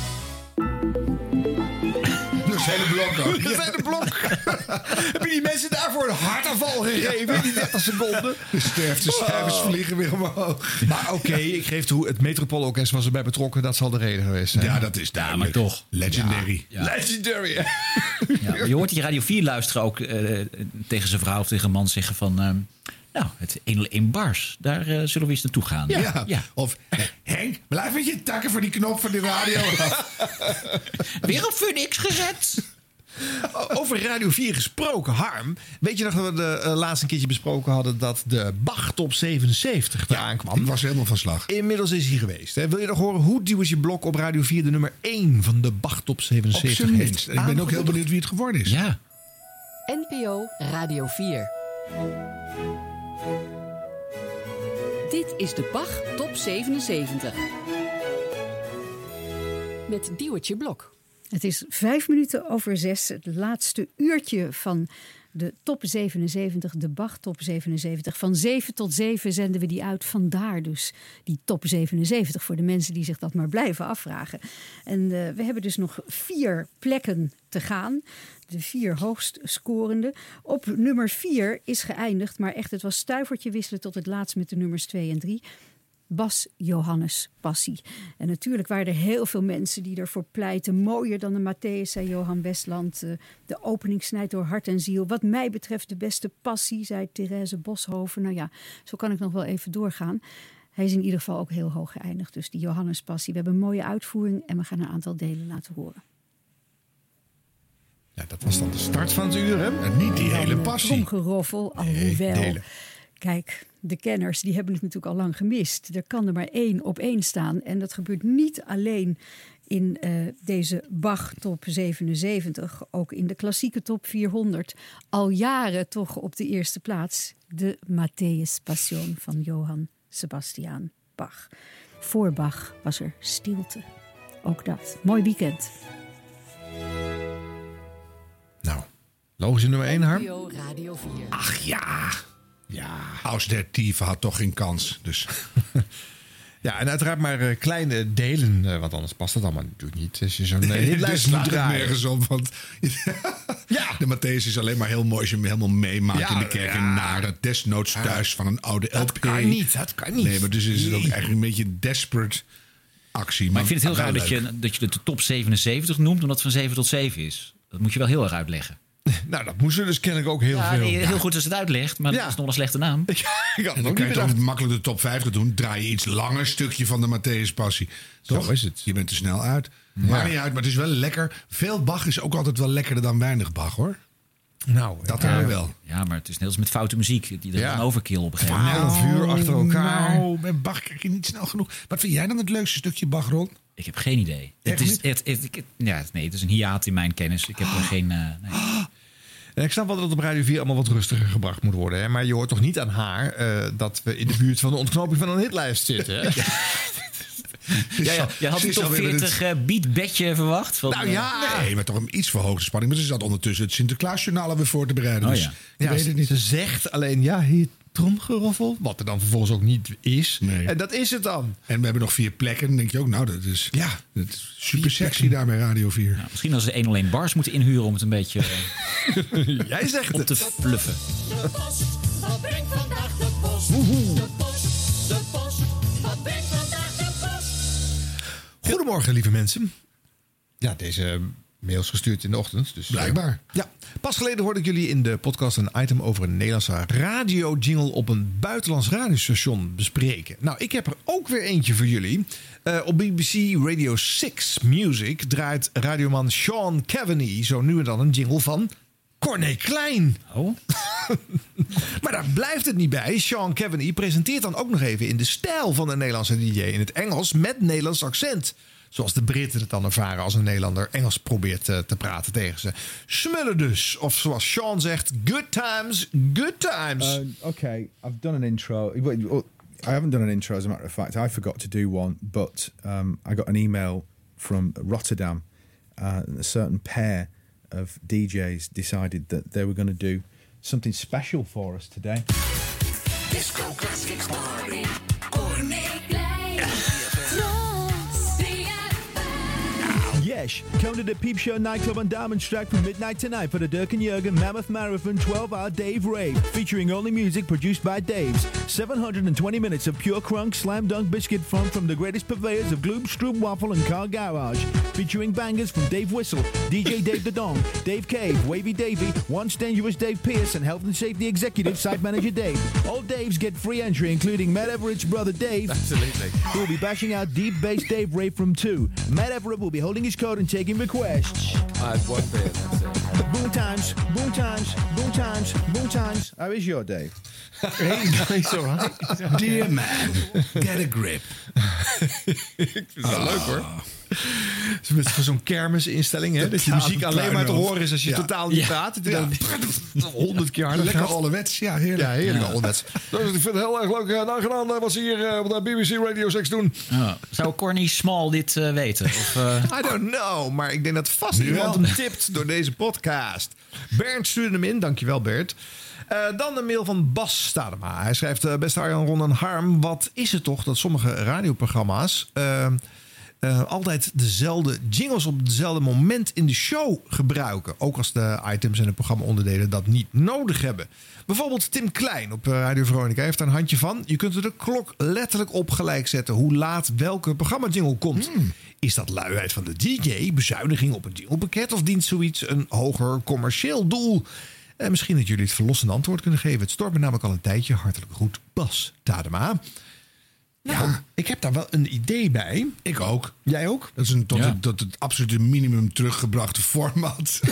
Dat hele blok ook. Dat hele blok. Heb je die mensen daarvoor een hartaanval gegeven in die dertig seconden? De sterftecijfers oh. vliegen weer omhoog. Maar oké, okay, ik geef toe, het Metropoolorkest was erbij betrokken. Dat zal de reden geweest zijn. Ja, dat is daar, maar toch. Legendary. Ja, ja. Legendary. Ja, je hoort die Radio vier luisteren ook uh, tegen zijn vrouw of tegen een man zeggen van... Uh, nou, het honderdéén Bars, daar uh, zullen we eens naartoe gaan. Ja, ja. ja. Of, Henk, blijf met je takken voor die knop van die radio. Weer op Funix gezet. Over Radio vier gesproken, Harm. Weet je nog dat we de uh, laatste keertje besproken hadden... dat de Bach Top zevenenzeventig eraan kwam? Ik was helemaal van slag. Inmiddels is hij geweest. Hè? Wil je nog horen hoe Duw is je blok op Radio vier... de nummer één van de Bach Top zevenenzeventig heeft? heeft? Ik ben ook heel benieuwd wie het geworden is. Ja. N P O Radio vier. Dit is de Bach Top zevenenzeventig. Met Diewertje Blok. Het is vijf minuten over zes. Het laatste uurtje van de Top zevenenzeventig. De Bach Top zevenenzeventig. Van zeven tot zeven zenden we die uit. Vandaar dus die Top zevenenzeventig. Voor de mensen die zich dat maar blijven afvragen. En uh, we hebben dus nog vier plekken te gaan. De vier hoogst scorende. Op nummer vier is geëindigd. Maar echt, het was stuivertje wisselen tot het laatst met de nummers twee en drie. Bas Johannes Passie. En natuurlijk waren er heel veel mensen die ervoor pleiten. Mooier dan de Matthäus, zei Johan Westland. De opening snijdt door hart en ziel. Wat mij betreft de beste passie, zei Therese Boshoven. Nou ja, zo kan ik nog wel even doorgaan. Hij is in ieder geval ook heel hoog geëindigd. Dus die Johannes Passie. We hebben een mooie uitvoering en we gaan een aantal delen laten horen. Ja, dat was dan de start van het uur, hè? En niet die hele passie. Tromgeroffel, alhoewel. Nee, kijk, de kenners die hebben het natuurlijk al lang gemist. Er kan er maar één op één staan. En dat gebeurt niet alleen in uh, deze Bach Top zevenenzeventig. Ook in de klassieke Top vierhonderd. Al jaren toch op de eerste plaats. De Matthäus Passion van Johann Sebastian Bach. Voor Bach was er stilte. Ook dat. Mooi weekend. Nou, logische nummer één, Harm. Radio vier. Ach ja. Ja, Aus der Tiefe had toch geen kans. Dus. Ja, en uiteraard maar uh, kleine delen. Uh, want anders past dat allemaal natuurlijk niet. Als je zo'n uh, hitlijst moet draaien. nergens op. Want ja. De Matthäus is alleen maar heel mooi als je hem helemaal meemaakt ja, in de kerk. Ja. En naar het desnoods thuis van een oude L P. Dat kan niet, dat kan niet. Nee, maar dus is het ook eigenlijk een beetje desperate actie. Maar, maar ik vind het heel raar leuk. dat je, dat je de top zevenenzeventig noemt. Omdat het van zeven tot zeven is. Dat moet je wel heel erg uitleggen. Nou, dat moesten dus kennelijk ook heel ja, veel. Nee, heel goed als het uitlegt, maar ja. dat is nog een slechte naam. Ja, ik had en dan kan je toch makkelijk de top vijftig doen. Draai je iets langer stukje van de Matthäus Passie. Toch? Zo is het. Je bent er snel uit. Ja. Maakt niet uit, maar het is wel lekker. Veel Bach is ook altijd wel lekkerder dan weinig Bach, hoor. Nou, dat ja. hebben we wel. Ja, maar het is net als met foute muziek. Die er ja. een overkill op een gegeven moment. Twaalf uur achter elkaar. Nou, met Bach krijg je niet snel genoeg. Wat vind jij dan het leukste stukje Bach, Ron? Ik heb geen idee. Het is, het, het, het, ja, nee, het is een hiaat in mijn kennis. Ik heb er geen... Uh, nee. En ik snap wel dat het op Radio vier allemaal wat rustiger gebracht moet worden. Hè? Maar je hoort toch niet aan haar uh, dat we in de buurt van de ontknoping van een hitlijst zitten. Hè? Ja. Ja, ja, je had die top veertig uh, beatbedje verwacht? Van, nou ja. Nee, maar toch een iets verhoogde spanning. Maar ze zat ondertussen het Sinterklaasjournaal weer voor te bereiden. Oh, dus ja. ik ja, weet het niet. Ze zegt alleen, ja, hier tromgeroffel. Wat er dan vervolgens ook niet is. Nee. En dat is het dan. En we hebben nog vier plekken. Dan denk je ook, nou, dat is, ja, dat is super sexy daar bij Radio vier. Ja, misschien als ze honderdéén Bars moeten inhuren om het een beetje uh, Jij zegt op te fluffen. De post, wat brengt vandaag de post? De post, de post, wat brengt vandaag de post? Goedemorgen, lieve mensen. Ja, deze mails gestuurd in de ochtend. Dus, Blijkbaar. Uh, ja. Pas geleden hoorde ik jullie in de podcast een item over een Nederlandse radio-jingle op een buitenlands radiostation bespreken. Nou, ik heb er ook weer eentje voor jullie. Uh, op B B C Radio zes Music draait radioman Sean Cavaney zo nu en dan een jingle van Corné Klein. Oh. Maar daar blijft het niet bij. Sean Cavaney presenteert dan ook nog even in de stijl van een Nederlandse D J in het Engels met Nederlands accent. Zoals de Britten het dan ervaren als een Nederlander Engels probeert uh, te praten tegen ze. Smullen dus. Of zoals Sean zegt, good times, good times. Uh, okay, I've done an intro. I haven't done an intro, as a matter of fact. I forgot to do one, but um, I got an email from Rotterdam. Uh, a certain pair of D Js decided that they were going to do something special for us today. Disco Classics Party. Corné Klein. Yes, come to the Peep Show nightclub on Diamond Strike from midnight tonight for the Dirk and Jurgen Mammoth Marathon twelve hour Dave Rave, featuring only music produced by Dave's. seven hundred twenty minutes of pure crunk, slam dunk biscuit funk from the greatest purveyors of Gloop, Stroop, Waffle and Car Garage, featuring bangers from Dave Whistle, D J Dave the Dong, Dave Cave, Wavy Davey, Once Dangerous Dave Pierce, and Health and Safety Executive Site Manager Dave. All Daves get free entry, including Matt Everett's brother Dave, Absolutely, who will be bashing out Deep Bass Dave Rave from two. Matt Everett will be holding his code and taking requests. I had one beer, that's it. Boom times, boom times, boom times, boom times. How is your Dave? It's all right. Dear man, get a grip. Ik vind het wel leuk hoor. Het is voor zo'n kermisinstelling, hè? Dat je muziek alleen maar te horen is als je ja. totaal niet ja. praat. Ja. Honderd keer harder Lekker gaat. ouderwets, ja, heerlijk. Ja, heerlijk Ja. ouderwets. Dus ik vind het heel erg leuk uh, gedaan wat ze hier uh, op de B B C Radio zes doen. Oh. Zou Corny Small dit uh, weten? Of, uh... I don't know, maar ik denk dat vast Nu iemand wel. hem tipt door deze podcast. Bernd stuurde hem in, dankjewel Bert. Uh, dan een mail van Bas Stadema. Hij schrijft, uh, beste Arjan, Ron en Harm, wat is het toch dat sommige radioprogramma's Uh, Uh, altijd dezelfde jingles op hetzelfde moment in de show gebruiken. Ook als de items en de programma-onderdelen dat niet nodig hebben. Bijvoorbeeld Tim Klein op Radio Veronica heeft daar een handje van. Je kunt er de klok letterlijk op gelijk zetten hoe laat welke programma-jingle komt. Hmm. Is dat luiheid van de D J, bezuiniging op een jinglepakket of dient zoiets een hoger commercieel doel? Uh, misschien dat jullie het verlossende antwoord kunnen geven. Het stort me namelijk al een tijdje. Hartelijk goed, Bas Tadema. Nou, ja, ik heb daar wel een idee bij. Ik ook. Jij ook? Dat is een tot, Ja. het, tot het absolute minimum teruggebrachte format.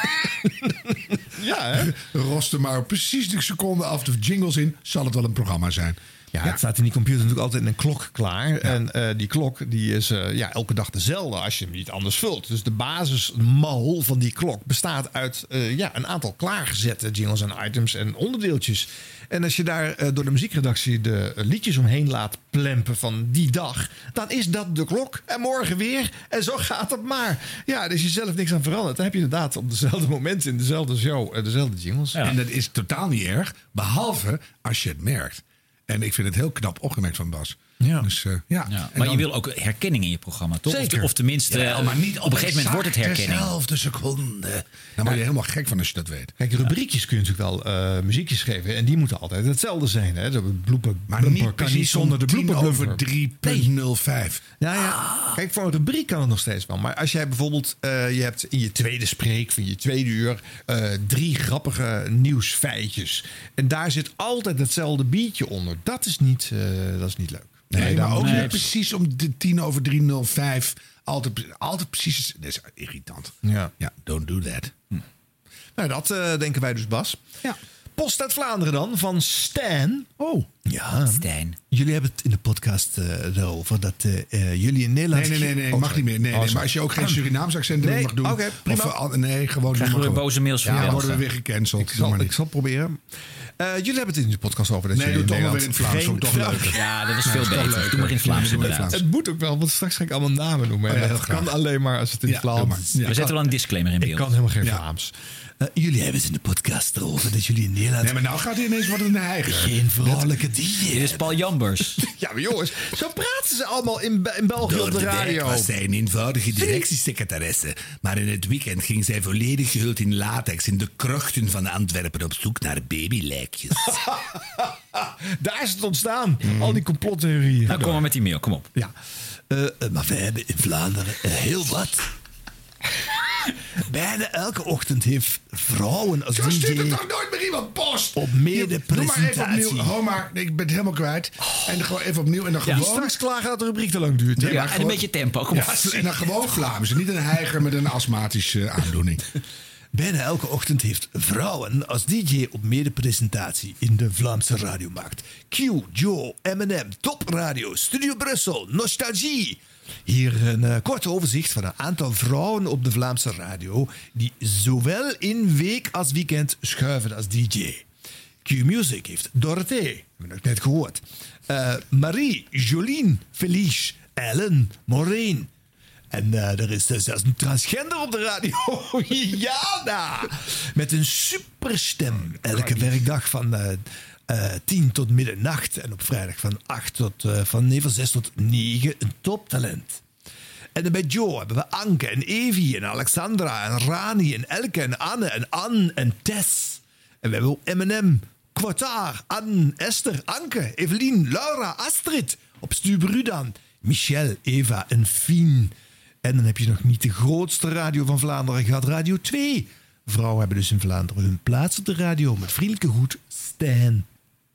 Ja, hè? Roster maar precies de seconde af de jingles in. Zal het wel een programma zijn. Ja, het staat in die computer natuurlijk altijd een klok klaar. Ja. En uh, die klok die is uh, ja, elke dag dezelfde als je hem niet anders vult. Dus de basismal van die klok bestaat uit uh, ja, een aantal klaargezette jingles en items en onderdeeltjes. En als je daar uh, door de muziekredactie de uh, liedjes omheen laat plempen van die dag, dan is dat de klok. En morgen weer. En zo gaat het maar. Ja, dus je zelf niks aan verandert. Dan heb je inderdaad op dezelfde momenten in dezelfde show uh, dezelfde jingles. Ja. En dat is totaal niet erg. Behalve als je het merkt. En ik vind het heel knap opgemerkt van Bas. Ja. Dus, uh, ja. Ja, En maar dan, je wil ook herkenning in je programma, toch? Zeker. Of, of tenminste, Ja, maar niet op een gegeven moment wordt het herkenning. dezelfde seconde. Dan word je helemaal gek van als je dat weet. Kijk, rubriekjes kun je natuurlijk wel uh, muziekjes geven. En die moeten altijd hetzelfde zijn. Hè? De blooper, Maar blumper niet kan precies zonder de tien blooper over drie punt nul vijf. Ja, ja. Kijk, voor een rubriek kan het nog steeds wel. Maar als jij bijvoorbeeld, uh, je hebt in je tweede spreek van je tweede uur uh, drie grappige nieuwsfeitjes. En daar zit altijd hetzelfde beatje onder. Dat is niet, uh, dat is niet leuk. Nee, Nee, maar dan- ook nee. niet precies om de tien over drie nul vijf. Altijd, altijd precies. Dat is irritant. Ja. Ja, don't do that. Nou, dat uh, denken wij dus, Bas. Ja. Post uit Vlaanderen dan, van Stan. Oh. Ja. Stan. Jullie hebben het in de podcast uh, erover dat uh, uh, jullie in Nederland... Nee, nee, nee, nee Oh, mag sorry. niet meer. Nee, Oh, nee, sorry. maar als je ook geen Surinaams accent Nee, mag doen. oké, prima. Of, uh, nee, gewoon. Krijgen doe we maar boze gewoon. mails van Ja, Belgen. worden we weer gecanceld. Ik Doe zal, maar ik niet. zal proberen. Uh, jullie hebben het in de podcast over dat Nee, jullie doe in toch maar Nederland weer in het Vlaams. Vond ik toch leuker. Ja, dat is Nee, veel dat is toch beter. leuker. Doe maar in het Vlaams, Ja, doe maar in het inderdaad. Het moet ook wel, want straks ga ik allemaal namen noemen. Oh, En ja, dat heel kan graag. alleen maar als het in het Ja, doe Vlaams maar. is. Ja. We zetten wel een disclaimer in Ik beeld. kan helemaal geen Ja. Vlaams. Uh, jullie hebben het in de podcast erover dat jullie in Nederland Nee, maar nou gaat hij ineens wat een eigen. geen vrouwelijke D J Dit is Paul Jambers. Ja, maar jongens, zo praten ze allemaal in, Be- in België op de radio. was zij een eenvoudige directiesecretaresse. Maar in het weekend ging zij volledig gehuld in latex in de krochten van Antwerpen op zoek naar babylijkjes. Daar is het ontstaan. Al die complottheorieën. Nou, kom maar met die mail, kom op. Ja. Uh, uh, maar wij hebben in Vlaanderen uh, heel wat. Bijna elke ochtend heeft vrouwen als Zo D J... stuurt er toch nooit meer iemand post? Op mede-presentatie. Doe maar even opnieuw. Ho, maar nee, ik ben het helemaal kwijt. En dan gewoon even opnieuw. En dan Ja, gewoon... straks klagen dat de rubriek te lang duurt. Hè? Nee, Ja, maar en gewoon- een beetje tempo. Kom Ja, op. en dan gewoon Vlaams. Niet een heiger met een astmatische aandoening. Bijna elke ochtend heeft vrouwen als D J op mede-presentatie in de Vlaamse radiomarkt. Q, Joe, M en M, Top Radio, Studio Brussel, Nostalgie. Hier een uh, kort overzicht van een aantal vrouwen op de Vlaamse radio die zowel in week als weekend schuiven als D J. Q-Music heeft Dorothee, hebben we nog net gehoord. Uh, Marie, Jolien, Felice, Ellen, Maureen. En uh, er is uh, zelfs een transgender op de radio. Jana! Met een superstem. Elke werkdag van uh, uh, tien tot middernacht. En op vrijdag van, acht tot, uh, van, nee, van zes tot negen een toptalent. En dan bij Joe hebben we Anke en Evie en Alexandra en Rani en Elke en Anne en Anne en Tess. En we hebben ook M en M, Quatar, Anne, Esther, Anke, Evelien, Laura, Astrid. Op Stuberudan, Michel, Eva en Fien. En dan heb je nog niet de grootste radio van Vlaanderen gehad, Radio twee. Vrouwen hebben dus in Vlaanderen hun plaats op de radio. Met vriendelijke groet, Stijn.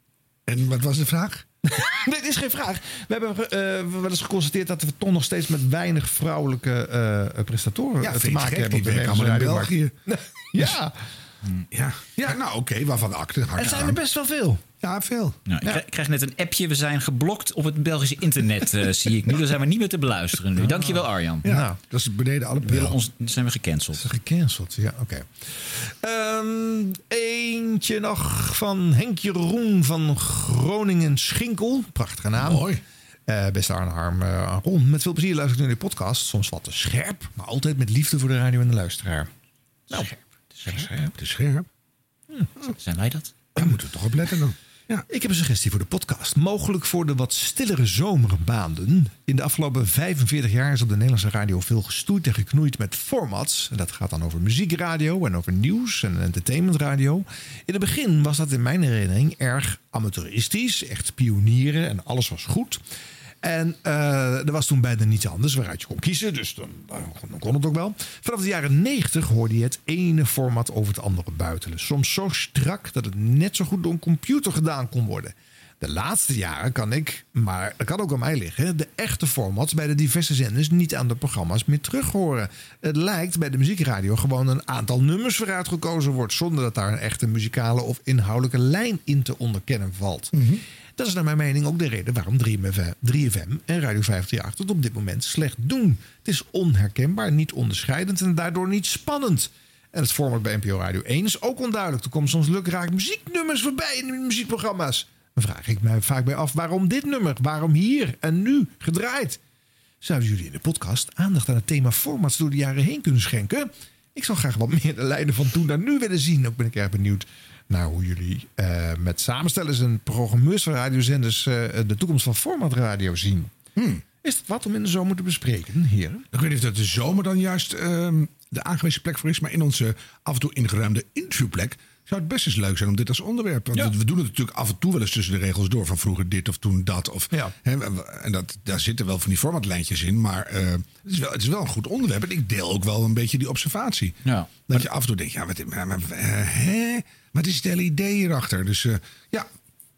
En wat was de vraag? Nee, dit is geen vraag. We hebben uh, wel eens geconstateerd dat we toch nog steeds met weinig vrouwelijke uh, presentatoren Ja, te vind ik maken gek. hebben. Die op de werken allemaal in Nederlandse België. Ja. Ja, ja nou oké, okay, waarvan akte. Er zijn er best wel veel. Ja, veel. Nou, ik, krijg, ik krijg net een appje. We zijn geblokt op het Belgische internet, uh, zie ik nu. Dan zijn we niet meer te beluisteren nu. Dankjewel, Arjan. Ja, nou, dat is beneden alle willen ons zijn we gecanceld. Gecanceld, ja, oké. Okay. Um, eentje nog van Henk Jeroen van Groningen-Schinkel. Prachtige naam. Mooi. Uh, beste Arne Harm, uh, Ron, met veel plezier luister ik naar de podcast. Soms wat te scherp, maar altijd met liefde voor de radio en de luisteraar. Nou, scherp. Scherp. Scherp. Te scherp. Hm. Zijn wij dat? Daar moeten we toch op letten dan. Ja. Ik heb een suggestie voor de podcast. Mogelijk voor de wat stillere zomermaanden. In de afgelopen vijfenveertig jaar is op de Nederlandse radio veel gestoeid en geknoeid met formats. En dat gaat dan over muziekradio en over nieuws en entertainmentradio. In het begin was dat in mijn herinnering erg amateuristisch. Echt pionieren en alles was goed. En uh, er was toen bijna niets anders waaruit je kon kiezen. Dus dan, dan kon het ook wel. Vanaf de jaren negentig hoorde je het ene format over het andere buitelen. Soms zo strak dat het net zo goed door een computer gedaan kon worden. De laatste jaren kan ik, maar dat kan ook aan mij liggen, de echte formats bij de diverse zenders niet aan de programma's meer terug horen. Het lijkt bij de muziekradio gewoon een aantal nummers vooruit gekozen wordt, zonder dat daar een echte muzikale of inhoudelijke lijn in te onderkennen valt. Mm-hmm. Dat is naar mijn mening ook de reden waarom drie F M en Radio vijfhonderdachtig het op dit moment slecht doen. Het is onherkenbaar, niet onderscheidend en daardoor niet spannend. En het format bij N P O Radio één is ook onduidelijk. Er komen soms lukraak muzieknummers voorbij in de muziekprogramma's. Dan vraag ik mij vaak bij af waarom dit nummer, waarom hier en nu gedraaid. Zouden jullie in de podcast aandacht aan het thema formats door de jaren heen kunnen schenken? Ik zou graag wat meer de lijnen van toen naar nu willen zien. Ook ben ik erg benieuwd naar hoe jullie uh, met samenstellers en programmeurs van radiozenders uh, de toekomst van formatradio zien. Hmm. Is dat wat om in de zomer te bespreken, heren? Ik weet niet of dat de zomer dan juist uh, de aangewezen plek voor is, maar in onze af en toe ingeruimde interviewplek zou het best eens leuk zijn om dit als onderwerp. Want ja. we, we doen het natuurlijk af en toe wel eens tussen de regels door. Van vroeger dit of toen dat. Of, ja. hè, en dat, daar zitten wel van die formatlijntjes in. Maar uh, het, is wel, het is wel een goed onderwerp. En ik deel ook wel een beetje die observatie. Ja. Dat maar, je af en toe denkt, ja, wat, maar, maar, uh, hè? Wat is het hele idee hierachter? Dus uh, ja...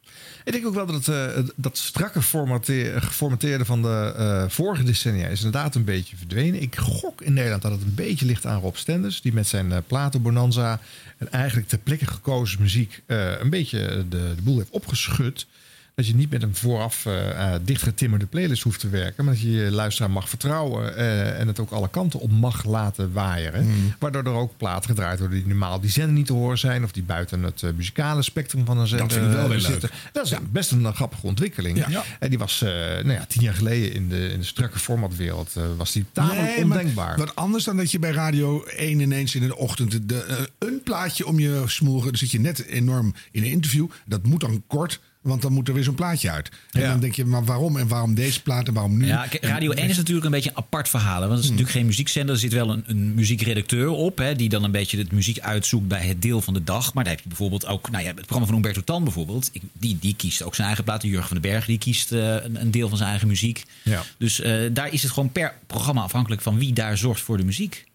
Ik denk ook wel dat het, uh, dat strakke geformateerde van de uh, vorige decennia is inderdaad een beetje verdwenen. Ik gok in Nederland dat het een beetje ligt aan Rob Stenders, die met zijn uh, platenbonanza en eigenlijk ter plekke gekozen muziek uh, een beetje de, de boel heeft opgeschud. Dat je niet met een vooraf uh, dichtgetimmerde playlist hoeft te werken, maar dat je je luisteraar mag vertrouwen uh, en het ook alle kanten op mag laten waaieren. Mm. Waardoor er ook platen gedraaid worden die normaal op die zender niet te horen zijn of die buiten het uh, muzikale spectrum van een zender dat vind ik wel weer zitten. Leuk. Dat is ja. best een, een grappige ontwikkeling. Ja. Ja. En die was uh, nou ja, tien jaar geleden in de, in de strakke formatwereld uh, was die tamelijk nee, ondenkbaar. Wat anders dan dat je bij Radio één ineens in de ochtend de, de, uh, een plaatje om je smoren. Dan zit je net enorm in een interview. Dat moet dan kort. Want dan moet er weer zo'n plaatje uit. En ja. dan denk je, maar waarom? En waarom deze plaat en waarom nu? Ja, Radio één is natuurlijk een beetje een apart verhaal. Want het is hmm. natuurlijk geen muziekzender. Er zit wel een, een muziekredacteur op. Hè, die dan een beetje de muziek uitzoekt bij het deel van de dag. Maar daar heb je bijvoorbeeld ook... Nou ja, het programma van Humberto Tan bijvoorbeeld. Ik, die, die kiest ook zijn eigen platen. Jurgen van den Berg die kiest uh, een, een deel van zijn eigen muziek. Ja. Dus uh, daar is het gewoon per programma afhankelijk van wie daar zorgt voor de muziek.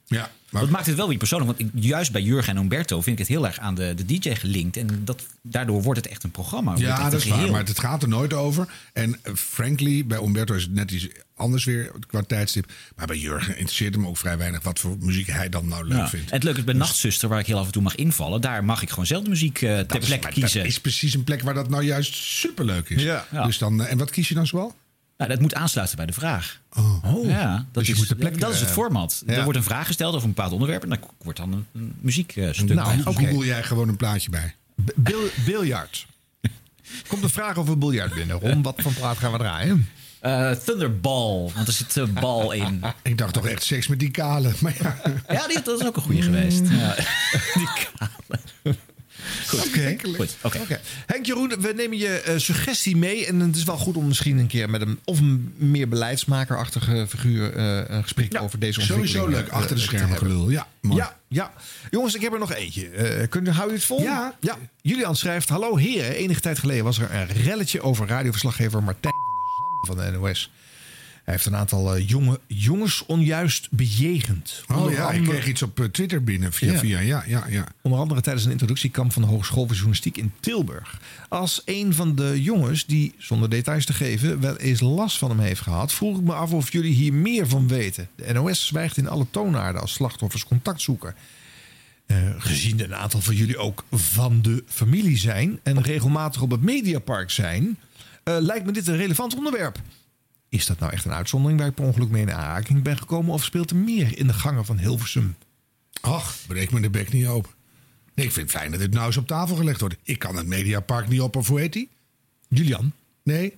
Ja, maar... Dat maakt het wel weer persoonlijk. Want ik, juist bij Jurgen en Umberto vind ik het heel erg aan de, de D J gelinkt. En dat, daardoor wordt het echt een programma. Ja, dat is waar. Maar het gaat er nooit over. En uh, frankly, bij Umberto is het net iets anders weer qua tijdstip. Maar bij Jurgen interesseert hem ook vrij weinig wat voor muziek hij dan nou leuk ja. vindt. En het leuke is bij dus... Nachtzuster, waar ik heel af en toe mag invallen. Daar mag ik gewoon zelf de muziek uh, ter plekke kiezen. Dat is precies een plek waar dat nou juist superleuk is. Ja. Ja. Dus dan, uh, en wat kies je dan zoal? Nou, dat moet aansluiten bij de vraag. Oh. oh. Ja, dat, dus is, moet de plek, dat is het format. Ja. Er wordt een vraag gesteld over een bepaald onderwerp... en daar wordt dan een, een muziekstuk uh, nou, bij. Google okay. jij gewoon een plaatje bij. Bil, biljart. Komt een vraag over biljart binnen. Ron, wat voor plaat gaan we draaien? Uh, Thunderball, want er zit uh, bal in. Ik dacht toch echt seks met die kale. Maar ja, ja die, dat is ook een goeie geweest. Ja. Die kale. Goed, okay. goed. Okay. Okay. Henk Jeroen, we nemen je uh, suggestie mee. En het is wel goed om misschien een keer met een of een meer beleidsmakerachtige figuur uh, een gesprek ja, over deze ontwikkeling. Sowieso leuk, uh, achter de schermen gelul. Ja, mooi. ja, ja. Jongens, ik heb er nog eentje. Uh, kun, hou je het vol? Ja. ja. Julian schrijft: hallo heren, enige tijd geleden was er een relletje over radioverslaggever Martijn van de Zanden van de N O S. Hij heeft een aantal uh, jonge, jongens onjuist bejegend. Oh Onder ja, andere... ik kreeg iets op uh, Twitter binnen via ja. via. Ja, ja, ja. Onder andere tijdens een introductiekamp van de Hogeschool voor Journalistiek in Tilburg. Als een van de jongens, die zonder details te geven wel eens last van hem heeft gehad, vroeg ik me af of jullie hier meer van weten. De N O S zwijgt in alle toonaarden als slachtoffers contact zoeken. Uh, gezien een aantal van jullie ook van de familie zijn en regelmatig op het Mediapark zijn, uh, lijkt me dit een relevant onderwerp. Is dat nou echt een uitzondering waar ik per ongeluk mee in aanraking ben gekomen, of speelt er meer in de gangen van Hilversum? Ach, breek me de bek niet open. Nee, ik vind het fijn dat dit nou eens op tafel gelegd wordt. Ik kan het Mediapark niet op, of hoe heet die? Julian? Nee.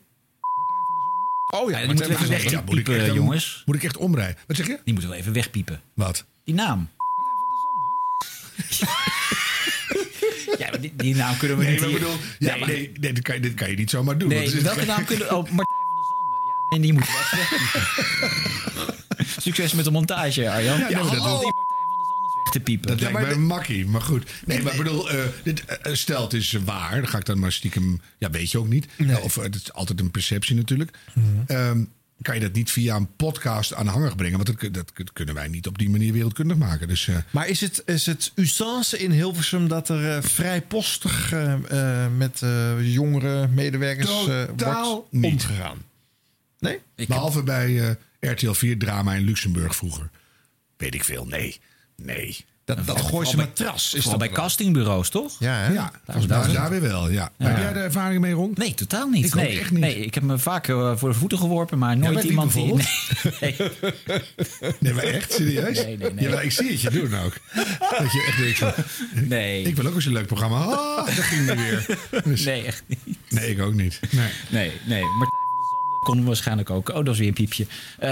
Oh ja, die moeten we even wegpiepen, ja, moet ik echt, jongens. Moet ik echt omrijden? Wat zeg je? Die moeten we even wegpiepen. Wat? Die naam. Ja, maar die, die naam kunnen we nee, niet... Maar hier... bedoel, ja, nee, maar... nee, nee dit, kan je, dit kan je niet zomaar doen. Nee, welke naam kunnen... Oh, Martijn van der Zanden. Ja, nee, die moeten we echt wegpiepen. Succes met de montage, Arjan. Ja, ja, nee, dat hallo. Die Martijn van der Zanden weg te piepen. Dat ja, lijkt mij een makkie, maar goed. Nee, nee maar ik bedoel, uh, dit, uh, stel het is waar. Dan ga ik dan maar stiekem... Ja, weet je ook niet. Nee. Of uh, het is altijd een perceptie natuurlijk. Mm-hmm. Um, kan je dat niet via een podcast aan de hanger brengen? Want dat, dat, dat kunnen wij niet op die manier wereldkundig maken. Dus, uh... Maar is het, is het usance in Hilversum dat er uh, vrij postig uh, uh, met uh, jongere medewerkers uh, wordt niet omgegaan? Nee? Ik Behalve heb... bij uh, R T L vier drama in Luxemburg vroeger. Weet ik veel, nee. Nee. Dat, dat Gooise matras is dat bij castingbureaus, toch? Ja, hè? Ja, daar, daar, daar weer wel, ja. ja. Heb jij de ervaring mee rond? Nee, totaal niet. Ik nee, echt niet. Nee, ik heb me vaak uh, voor de voeten geworpen, maar nooit ja, iemand die... Nee, nee. nee, maar echt? Serieus? Nee, nee, nee. Ja, ik zie het je doen ook. Dat je echt denkt van... Nee. Ik wil ook eens een leuk programma. Oh, dat ging nu weer. Dus, nee, echt niet. Nee, ik ook niet. Nee, nee. nee. Maar kon waarschijnlijk ook. Oh, dat was weer een piepje. Uh,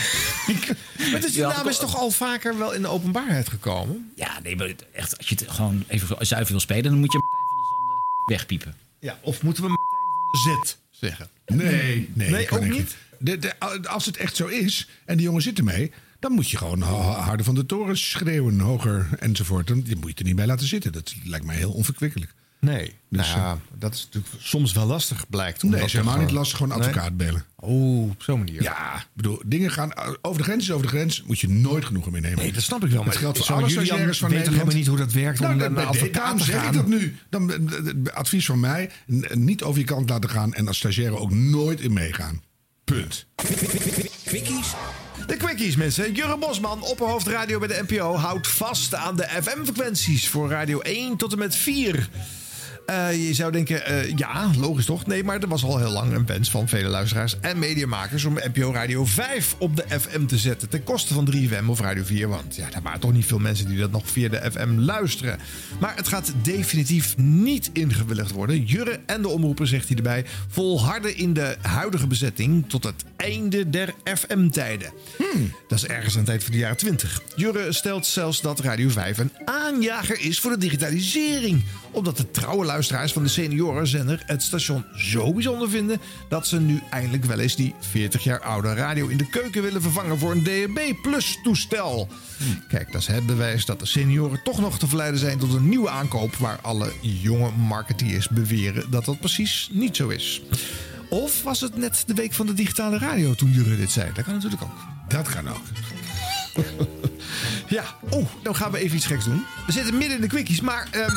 maar dus die naam is toch al vaker wel in de openbaarheid gekomen? Ja, nee, maar echt, als je het gewoon even zuiver wil spelen, dan moet je Martijn van der Zanden wegpiepen. Ja, of moeten we Martijn van der Zet zeggen? Nee, nee, nee ook niet. De, de, als het echt zo is en die jongen zit ermee, dan moet je gewoon harder van de toren schreeuwen, hoger enzovoort. Dan moet je er niet bij laten zitten. Dat lijkt mij heel onverkwikkelijk. Nee, dus, nou ja, uh, dat is natuurlijk soms wel lastig, blijkt. Nee, is helemaal niet lastig, gewoon advocaat nee? bellen. Oh, op zo'n manier. Ja, ik bedoel, dingen gaan over de grens is over de grens. Moet je nooit genoegen meenemen. Nee, dat snap ik wel. Het geldt voor alle stagiaires van Nederland. Helemaal niet hoe dat werkt nou, om naar een advocaat te zeg gaan. Ik dat nu. Dan, advies van mij, niet over je kant laten gaan en als stagiaire ook nooit in meegaan. Punt. Quickies? De quickies, mensen. Jurre Bosman, opperhoofdradio bij de N P O, houdt vast aan de F M-frequenties voor radio één tot en met vier. Uh, je zou denken, uh, ja, logisch toch? Nee, maar er was al heel lang een wens van vele luisteraars en mediamakers om N P O Radio vijf op de F M te zetten. Ten koste van drie F M of Radio vier. Want ja, er waren toch niet veel mensen die dat nog via de F M luisteren. Maar het gaat definitief niet ingewilligd worden. Jurre en de omroeper, zegt hij erbij, volharden in de huidige bezetting tot het einde der F M-tijden. Hmm. Dat is ergens aan het eind van de jaren twintig. Jurre stelt zelfs dat Radio vijf een aanjager is voor de digitalisering. Omdat de trouwe luisteraars van de seniorenzender het station zo bijzonder vinden dat ze nu eindelijk wel eens die veertig jaar oude radio in de keuken willen vervangen voor een D A B plus toestel. Hmm. Kijk, dat is het bewijs dat de senioren toch nog te verleiden zijn tot een nieuwe aankoop waar alle jonge marketeers beweren dat dat precies niet zo is. Of was het net de week van de digitale radio toen Jurre dit zei? Dat kan natuurlijk ook. Dat kan ook. Ja, oeh, dan gaan we even iets geks doen. We zitten midden in de quickies, maar... Um...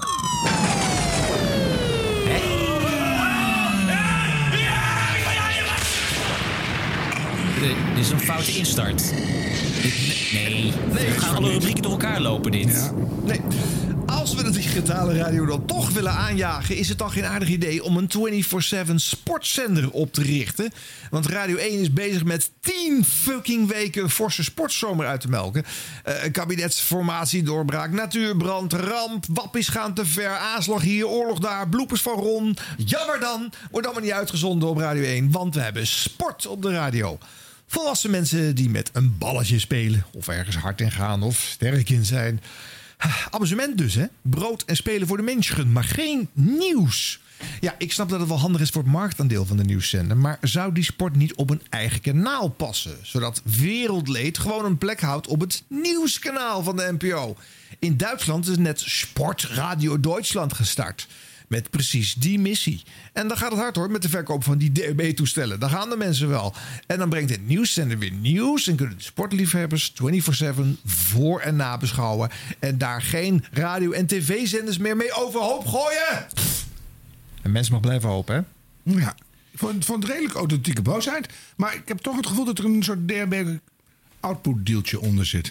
Dit is een foute instart. Nee, nee, we gaan alle rubrieken door elkaar lopen dit. Ja. Nee. Als we de digitale radio dan toch willen aanjagen, is het dan geen aardig idee om een vierentwintig zeven sportzender op te richten? Want Radio één is bezig met tien fucking weken forse sportzomer uit te melken. Uh, kabinetsformatie, doorbraak, natuurbrand, ramp, wappies gaan te ver, aanslag hier, oorlog daar, bloepers van Ron. Jammer dan, wordt allemaal niet uitgezonden op Radio één, want we hebben sport op de radio. Volwassen mensen die met een balletje spelen, of ergens hard in gaan, of sterk in zijn. Amusement dus, hè? Brood en spelen voor de mensen, maar geen nieuws. Ja, ik snap dat het wel handig is voor het marktaandeel van de nieuwszender, maar zou die sport niet op een eigen kanaal passen? Zodat Wereldleed gewoon een plek houdt op het nieuwskanaal van de N P O. In Duitsland is net Sport Radio Deutschland gestart. Met precies die missie. En dan gaat het hard hoor, met de verkoop van die D A B-toestellen. Daar gaan de mensen wel. En dan brengt het nieuwszender weer nieuws. En kunnen de sportliefhebbers vierentwintig zeven voor- en nabeschouwen. En daar geen radio- en tv-zenders meer mee overhoop gooien. En mensen mag blijven hopen, hè? Ja, ik vond, vond het redelijk authentieke boosheid. Maar ik heb toch het gevoel dat er een soort D R B-output-dealtje onder zit.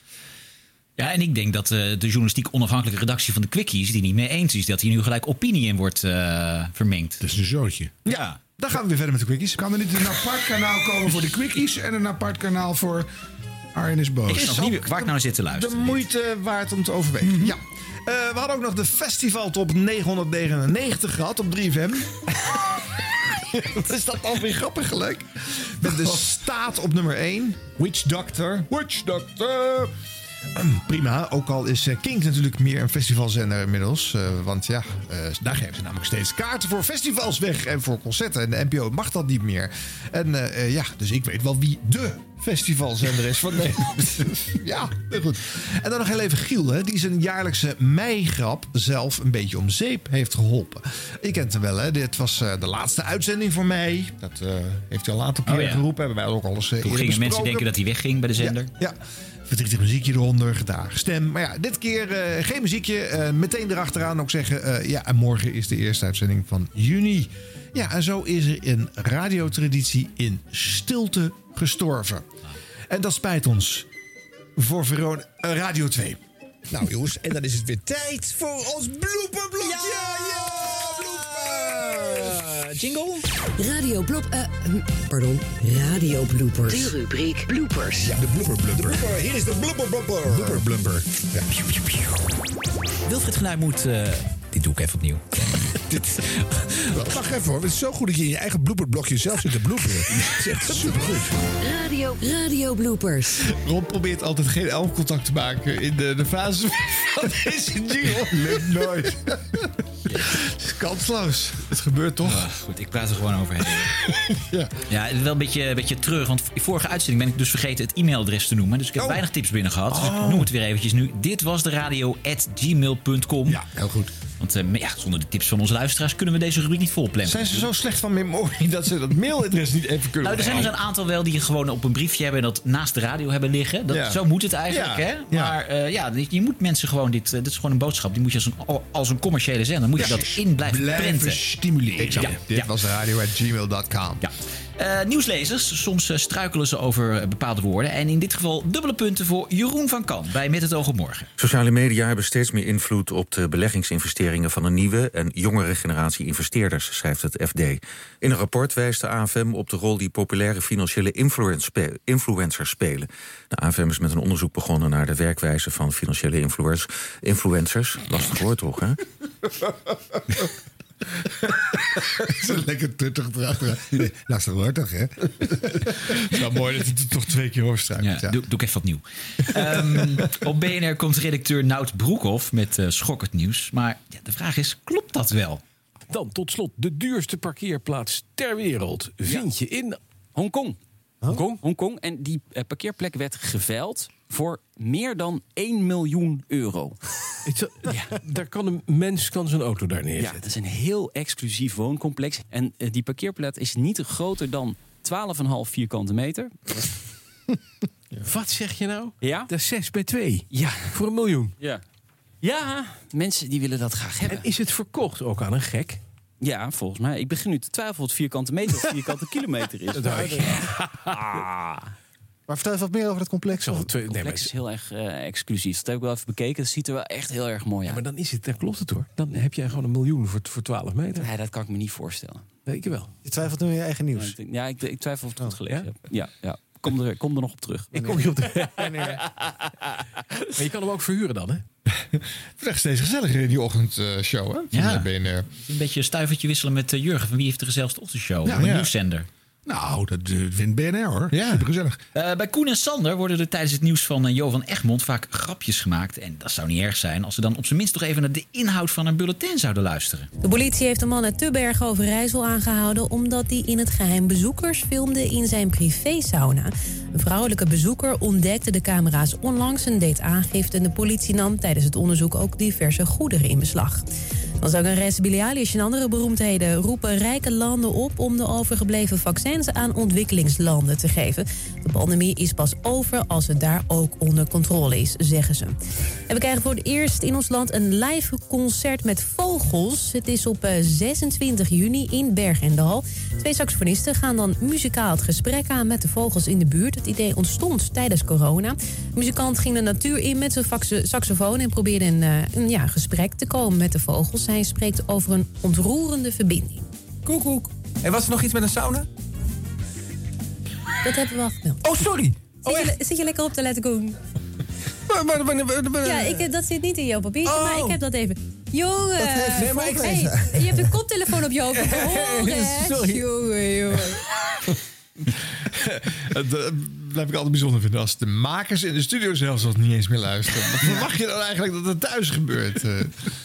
Ja, en ik denk dat uh, de journalistiek onafhankelijke redactie van de Quickies die niet mee eens is dat hier nu gelijk opinie in wordt uh, vermengd. Dat is een zootje. Ja, dan gaan we weer verder met de Quickies. Kan er niet een apart kanaal komen voor de Quickies en een apart kanaal voor Arjen is boos? Ik snap niet waar ik nou zit te luisteren. De moeite waard om te overwegen. Mm-hmm. Ja. Uh, we hadden ook nog de Festivaltop negenhonderdnegenennegentig gehad op drie F M. Wat is dat alweer grappig gelijk? Met de staat op nummer één. Witch Doctor. Witch Doctor. Um, prima, ook al is uh, Kink natuurlijk meer een festivalzender inmiddels. Uh, want ja, uh, daar geven ze namelijk steeds kaarten voor festivals weg en voor concerten. En de N P O mag dat niet meer. En uh, uh, ja, dus ik weet wel wie de festivalzender is van Nederland. Ja, heel goed. En dan nog heel even Giel, hè, die zijn jaarlijkse meigrap zelf een beetje om zeep heeft geholpen. Je kent hem wel, hè? Dit was uh, de laatste uitzending voor mei. Dat uh, heeft hij al een aantal keer oh, ja. geroepen. Hebben wij ook alles uh, Toen gingen besproken. Mensen denken dat hij wegging bij de zender. Ja, ja. Verdrietig muziekje eronder, gitaar, stem. Maar ja, dit keer uh, geen muziekje. Uh, meteen erachteraan ook zeggen... Uh, ja, en morgen is de eerste uitzending van juni. Ja, en zo is er een radiotraditie in stilte gestorven. En dat spijt ons. Voor Verona, uh, Radio twee. Nou jongens, en dan is het weer tijd voor ons blooperblokje. Ja, ja, blooper. Jingle? Radio blop... Uh, pardon, radio bloopers. De rubriek bloopers. Ja, de blooper blumper. Hier is de blooper blumper. Blooper blumper. Ja. Wilfried Genuij moet... Uh, dit doe ik even opnieuw. Dit, wacht even hoor, het is zo goed dat je in je eigen blooperblokje zelf zit te bloeperen. Dat is echt supergoed. Radio, radio bloopers. Ron probeert altijd geen elfcontact te maken in de, de fase van deze jingle. Lukt nooit. Het is kansloos. Het gebeurt toch? Oh, goed, ik praat er gewoon overheen. ja. ja, wel een beetje, een beetje terug. Want in vorige uitzending ben ik dus vergeten het e-mailadres te noemen. Dus ik heb oh. weinig tips binnen gehad. Dus oh. ik noem het weer eventjes nu. Dit was de radio at gmail punt com. Ja, heel goed. Want uh, ja, zonder de tips van onze luisteraars kunnen we deze rubriek niet volplannen. Zijn ze zo slecht van memorie dat ze dat mailadres niet even kunnen? Nou, er zijn er een aantal wel die je gewoon op een briefje hebben en dat naast de radio hebben liggen. Dat, ja. Zo moet het eigenlijk, ja. hè? Maar uh, ja, je moet mensen gewoon dit... Uh, dit is gewoon een boodschap. Die moet je als een, als een commerciële zender moet je ja. dat in blijven, blijven prenten. Stimuleren. Ja. Dit ja. was radio at gmail punt com. Ja. Uh, nieuwslezers, soms uh, struikelen ze over uh, bepaalde woorden. En in dit geval dubbele punten voor Jeroen van Kan bij Met het oog op morgen. Sociale media hebben steeds meer invloed op de beleggingsinvesteringen van een nieuwe en jongere generatie investeerders, schrijft het F D. In een rapport wijst de A F M op de rol die populaire financiële influencers spelen. De A F M is met een onderzoek begonnen naar de werkwijze van financiële influencers. Influencers, lastig woord toch, hè? Zo lekker tuttig erachteraan. Nee, lastig woord toch, hè? Het is wel mooi dat hij het toch twee keer overstruikt. Ja, ja. Doe, doe ik even wat nieuw. um, op B N R komt redacteur Nout Broekhoff met uh, schokkend nieuws. Maar ja, de vraag is, klopt dat wel? Dan tot slot de duurste parkeerplaats ter wereld. Vind ja. je in Hongkong. Hongkong? Hongkong. En die uh, parkeerplek werd geveild voor meer dan één miljoen euro. Ja. Daar kan een mens kan zijn auto daar neerzetten. Ja, het is een heel exclusief wooncomplex. En uh, die parkeerplaats is niet groter dan twaalf komma vijf vierkante meter. Wat zeg je nou? Ja? Dat is zes bij twee. Ja. Voor een miljoen. Ja. Ja, mensen die willen dat graag hebben. En is het verkocht ook aan een gek? Ja, volgens mij. Ik begin nu te twijfelen of vierkante meter of vierkante kilometer is. Dat dacht ik. Ah. Maar vertel even wat meer over het complex. Zo, twee, Het complex is heel erg uh, exclusief. Dat heb ik wel even bekeken. Het ziet er wel echt heel erg mooi uit. Ja, maar dan is het, dan klopt het hoor. Dan heb jij gewoon een miljoen voor, voor twaalf meter. Nee, dat kan ik me niet voorstellen. Weet je wel. Je twijfelt nu in je eigen nieuws. Ja, ik, ik twijfel of ik het goed gelezen ja? heb. Ja, ja. Kom, er, kom er nog op terug. Ik kom je op de... Maar je kan hem ook verhuren dan, hè? Het is echt steeds gezelliger in die ochtendshow, hè? Van Ja. de B N R. Een beetje een stuivertje wisselen met uh, Jurgen. Van wie heeft de gezelligste ochtendshow? Ja, Een ja. nieuwszender. Nou, dat uh, wint B N R hoor. Ja. Supergezellig. Uh, bij Koen en Sander worden er tijdens het nieuws van uh, Jo van Egmond vaak grapjes gemaakt. En dat zou niet erg zijn als ze dan op zijn minst toch even naar de inhoud van een bulletin zouden luisteren. De politie heeft een man uit Tubbergen Overijssel aangehouden omdat hij in het geheim bezoekers filmde in zijn privésauna. Een vrouwelijke bezoeker ontdekte de camera's onlangs en deed aangifte. En de politie nam tijdens het onderzoek ook diverse goederen in beslag. Dan is ook een res Bilialis en andere beroemdheden roepen rijke landen op om de overgebleven vaccins aan ontwikkelingslanden te geven. De pandemie is pas over als het daar ook onder controle is, zeggen ze. En we krijgen voor het eerst in ons land een live concert met vogels. Het is op zesentwintig juni in Berg en Dal. Twee saxofonisten gaan dan muzikaal het gesprek aan met de vogels in de buurt. Het idee ontstond tijdens corona. De muzikant ging de natuur in met zijn fax- saxofoon en probeerde een, uh, een ja, gesprek te komen met de vogels. Hij spreekt over een ontroerende verbinding. Koek, koek. En was er nog iets met een sauna? Dat hebben we al gemeld. Oh, sorry. Zit, je, zit je lekker op te letten, Koen? Maar, maar, maar, maar, maar, Ja, ik, heb- dat zit niet in jouw papiertje, Oh. maar ik heb dat even. Jongen, Dat heeft- nee, maar ik- hey, je hebt een koptelefoon op je hoofd. Horen, hè? Sorry. Jongen, jongen. Dat blijf ik altijd bijzonder vinden. Als de makers in de studio zelfs nog niet eens meer luisteren. Wat verwacht je dan eigenlijk dat er thuis gebeurt? Uh,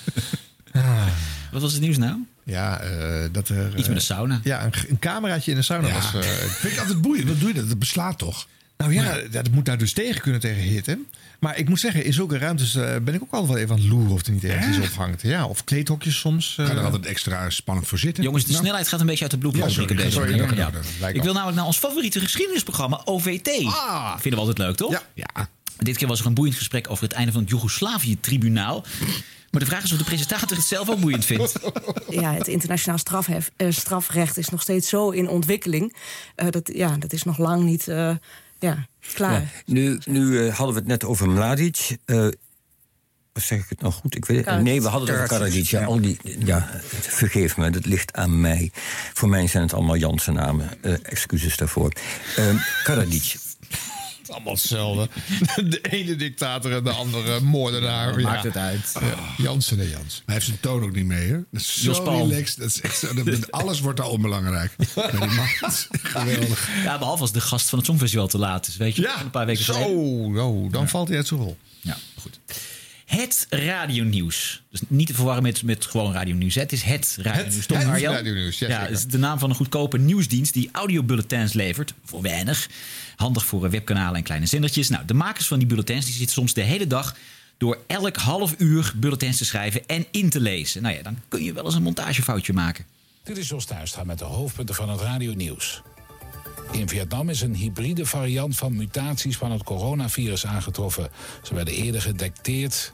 ah. Wat was het nieuws nou? Ja, uh, dat er... Iets met een sauna. Ja, een, een cameraatje in de sauna Ja. was... Uh, Vind ik altijd boeiend. Wat doe je dat? Dat beslaat toch? nou ja, ja, dat moet daar dus tegen kunnen tegen hitte. Maar ik moet zeggen, in zulke ruimtes uh, ben ik ook altijd wel even aan het loeren of er niet ergens iets ophangt. Ja, of kleedhokjes soms. Uh, Ga er altijd extra spannend voor zitten. Jongens, de Nou. snelheid gaat een beetje uit de bloed Ja, op sorry, deze sorry, manier. dat- Ja. dat- dat lijkt Ik wel. wil namelijk naar ons favoriete geschiedenisprogramma O V T. Ah. Vinden we altijd leuk, toch? Ja. ja. Dit keer was er een boeiend gesprek over het einde van het Joegoslavië-tribunaal. Maar de vraag is of de presentator het zelf ook boeiend vindt. Ja, het internationaal strafhef, uh, strafrecht is nog steeds zo in ontwikkeling. Uh, dat, ja, dat is nog lang niet uh, ja, klaar. Ja, nu nu uh, hadden we het net over Mladic. Uh, Of zeg ik het nou goed? Ik weet het. Karadzic. Nee, we hadden het over Karadzic. Ja, al die, ja, vergeef me, dat ligt aan mij. Voor mij zijn het allemaal Janse namen. Uh, excuses daarvoor. Uh, Karadzic. Het is allemaal hetzelfde. De ene dictator en de andere moordenaar. Maakt het uit. Ja. Jansen en Jans. Hij heeft zijn toon ook niet mee, hè? Dat is Jos zo Palm. relaxed. Dat is echt zo, dat, alles wordt daar onbelangrijk. Bij die man. Dat is geweldig. Ja, behalve als de gast van het Songfestival te laat is. Weet je, Ja, een paar weken zo, geleden. oh, dan valt hij uit zijn rol. Ja, goed. Het radionieuws. Dus niet te verwarren met, met gewoon radionieuws. hè. Het is het radionieuws. Het- Toch, het Arjan? radionieuws, ja, ja, zeker. het is de naam van een goedkope nieuwsdienst die audiobulletins levert. Voor weinig. Handig voor webkanalen en kleine zendertjes. Nou, de makers van die bulletins die zitten soms de hele dag door elk half uur bulletins te schrijven en in te lezen. Nou ja, dan kun je wel eens een montagefoutje maken. Dit is Jos Thuistra met de hoofdpunten van het radionieuws. In Vietnam is een hybride variant van mutaties van het coronavirus aangetroffen. Ze werden eerder gedetecteerd.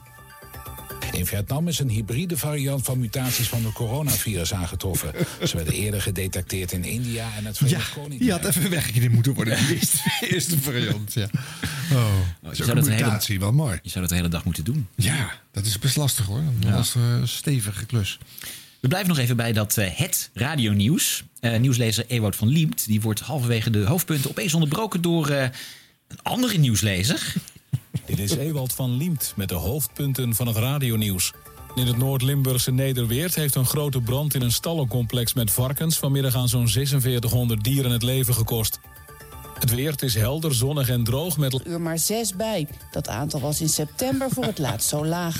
In Vietnam is een hybride variant van mutaties van het coronavirus aangetroffen. Ze werden eerder gedetecteerd in India en het Ja, Verenigd Koninkrijk. die had even weggeknipt moeten worden. Die eerste, eerste variant, ja. Oh, Dat is ook een mutatie, wel mooi. Je zou dat de hele dag moeten doen. Ja, dat is best lastig hoor. Dat is een stevige klus. We blijven nog even bij dat uh, het radionieuws. Uh, nieuwslezer Ewout van Liemt die wordt halverwege de hoofdpunten opeens onderbroken door uh, een andere nieuwslezer. Dit is Ewald van Liemt met de hoofdpunten van het radionieuws. In het Noord-Limburgse Nederweert heeft een grote brand in een stallencomplex met varkens vanmiddag aan zo'n zesenveertighonderd dieren het leven gekost. Het weer, het is helder, zonnig en droog met... uur maar zes bij. Dat aantal was in september voor het laatst zo laag.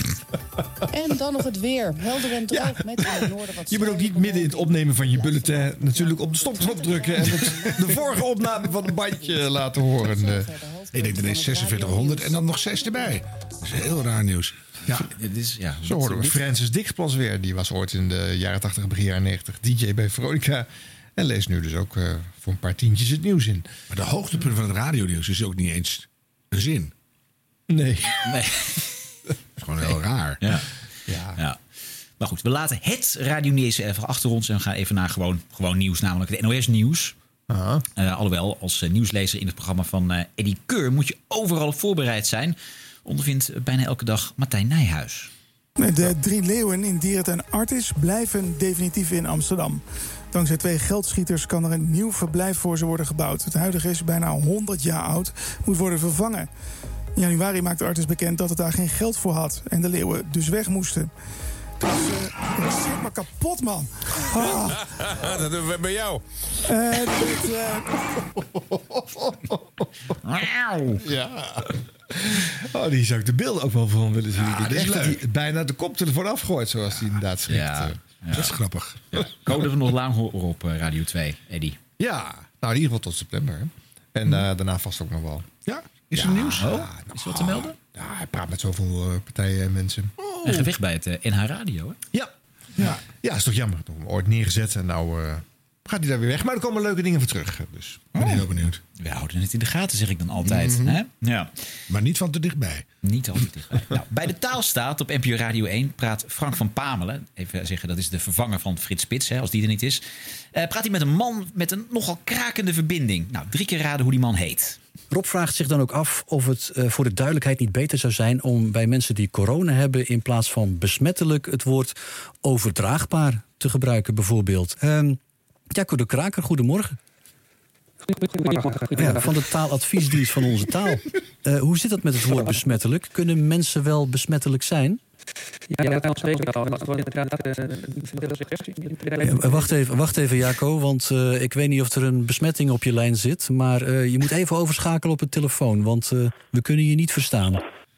En dan nog het weer. Helder en droog met in het noorden wat... Je moet ook niet midden in het opnemen van je bulletin natuurlijk op de stopknop drukken en het, de vorige opname van een bandje laten horen. Uh. Ik denk ineens zesenveertighonderd en dan nog zes erbij. Dat is heel raar nieuws. Ja, dit is, ja, zo hoorden we Francis Dixplas weer. Die was ooit in de jaren tachtig, begin jaren negentig D J bij Veronica. En leest nu dus ook uh, voor een paar tientjes het nieuws in. Maar de hoogtepunt van het radionieuws is ook niet eens een zin. Nee. Nee. Dat is gewoon heel raar. Ja. Ja. ja. Maar goed, we laten het radionieuws even achter ons en we gaan even naar gewoon, gewoon nieuws, namelijk het N O S-nieuws. Uh, alhoewel, als uh, nieuwslezer in het programma van uh, Eddy Keur moet je overal op voorbereid zijn, ondervindt bijna elke dag Martijn Nijhuis. De drie leeuwen in dierentuin Artis blijven definitief in Amsterdam. Dankzij twee geldschieters kan er een nieuw verblijf voor ze worden gebouwd. Het huidige is bijna honderd jaar oud, moet worden vervangen. In januari maakte Artis bekend dat het daar geen geld voor had en de leeuwen dus weg moesten. Dus, uh, ik zit maar kapot, man. Ah. Dat doen we bij jou. Uh, dit, uh... Ja. Oh, die zou ik de beelden ook wel van willen zien. Ja, ik dat is echt dat leuk. hij bijna de koptelefoon afgooit, zoals hij inderdaad schrikt. Ja, ja. Dat is grappig. Ja. Ik hoop dat we nog lang horen op uh, Radio twee, Eddy. Ja, nou in ieder geval tot september. Hè. En uh, daarna vast ook nog wel. Ja, is er ja, nieuws? Oh, Ja, nou, is er wat te melden? Ja, hij praat met zoveel uh, partijen en mensen. Oh. En gewicht bij het uh, N H Radio, hè? Ja. Ja. Ja, is toch jammer. Ik heb hem ooit neergezet en nou uh, gaat hij daar weer weg. Maar er komen leuke dingen voor terug. Dus ik ben Oh. heel benieuwd. We houden het in de gaten, zeg ik dan altijd. Mm-hmm. Hè? Ja. Maar niet van te dichtbij. Niet al te dichtbij. Nou, bij de Taalstaat op N P O Radio één praat Frank van Pamelen. Even zeggen, dat is de vervanger van Frits Spits, hè, als die er niet is. Uh, praat hij met een man met een nogal krakende verbinding. Nou, drie keer raden hoe die man heet. Rob vraagt zich dan ook af of het uh, voor de duidelijkheid niet beter zou zijn om bij mensen die corona hebben in plaats van besmettelijk het woord overdraagbaar te gebruiken, bijvoorbeeld. Um, Jacco de Kraker, goedemorgen. Ja, van de taaladviesdienst van Onze Taal. Uh, hoe zit dat met het woord besmettelijk? Kunnen mensen wel besmettelijk zijn? Ja, ja, wacht even, wacht even, Jaco, want uh, ik weet niet of er een besmetting op je lijn zit. Maar uh, je moet even overschakelen op het telefoon, want uh, we kunnen je niet verstaan.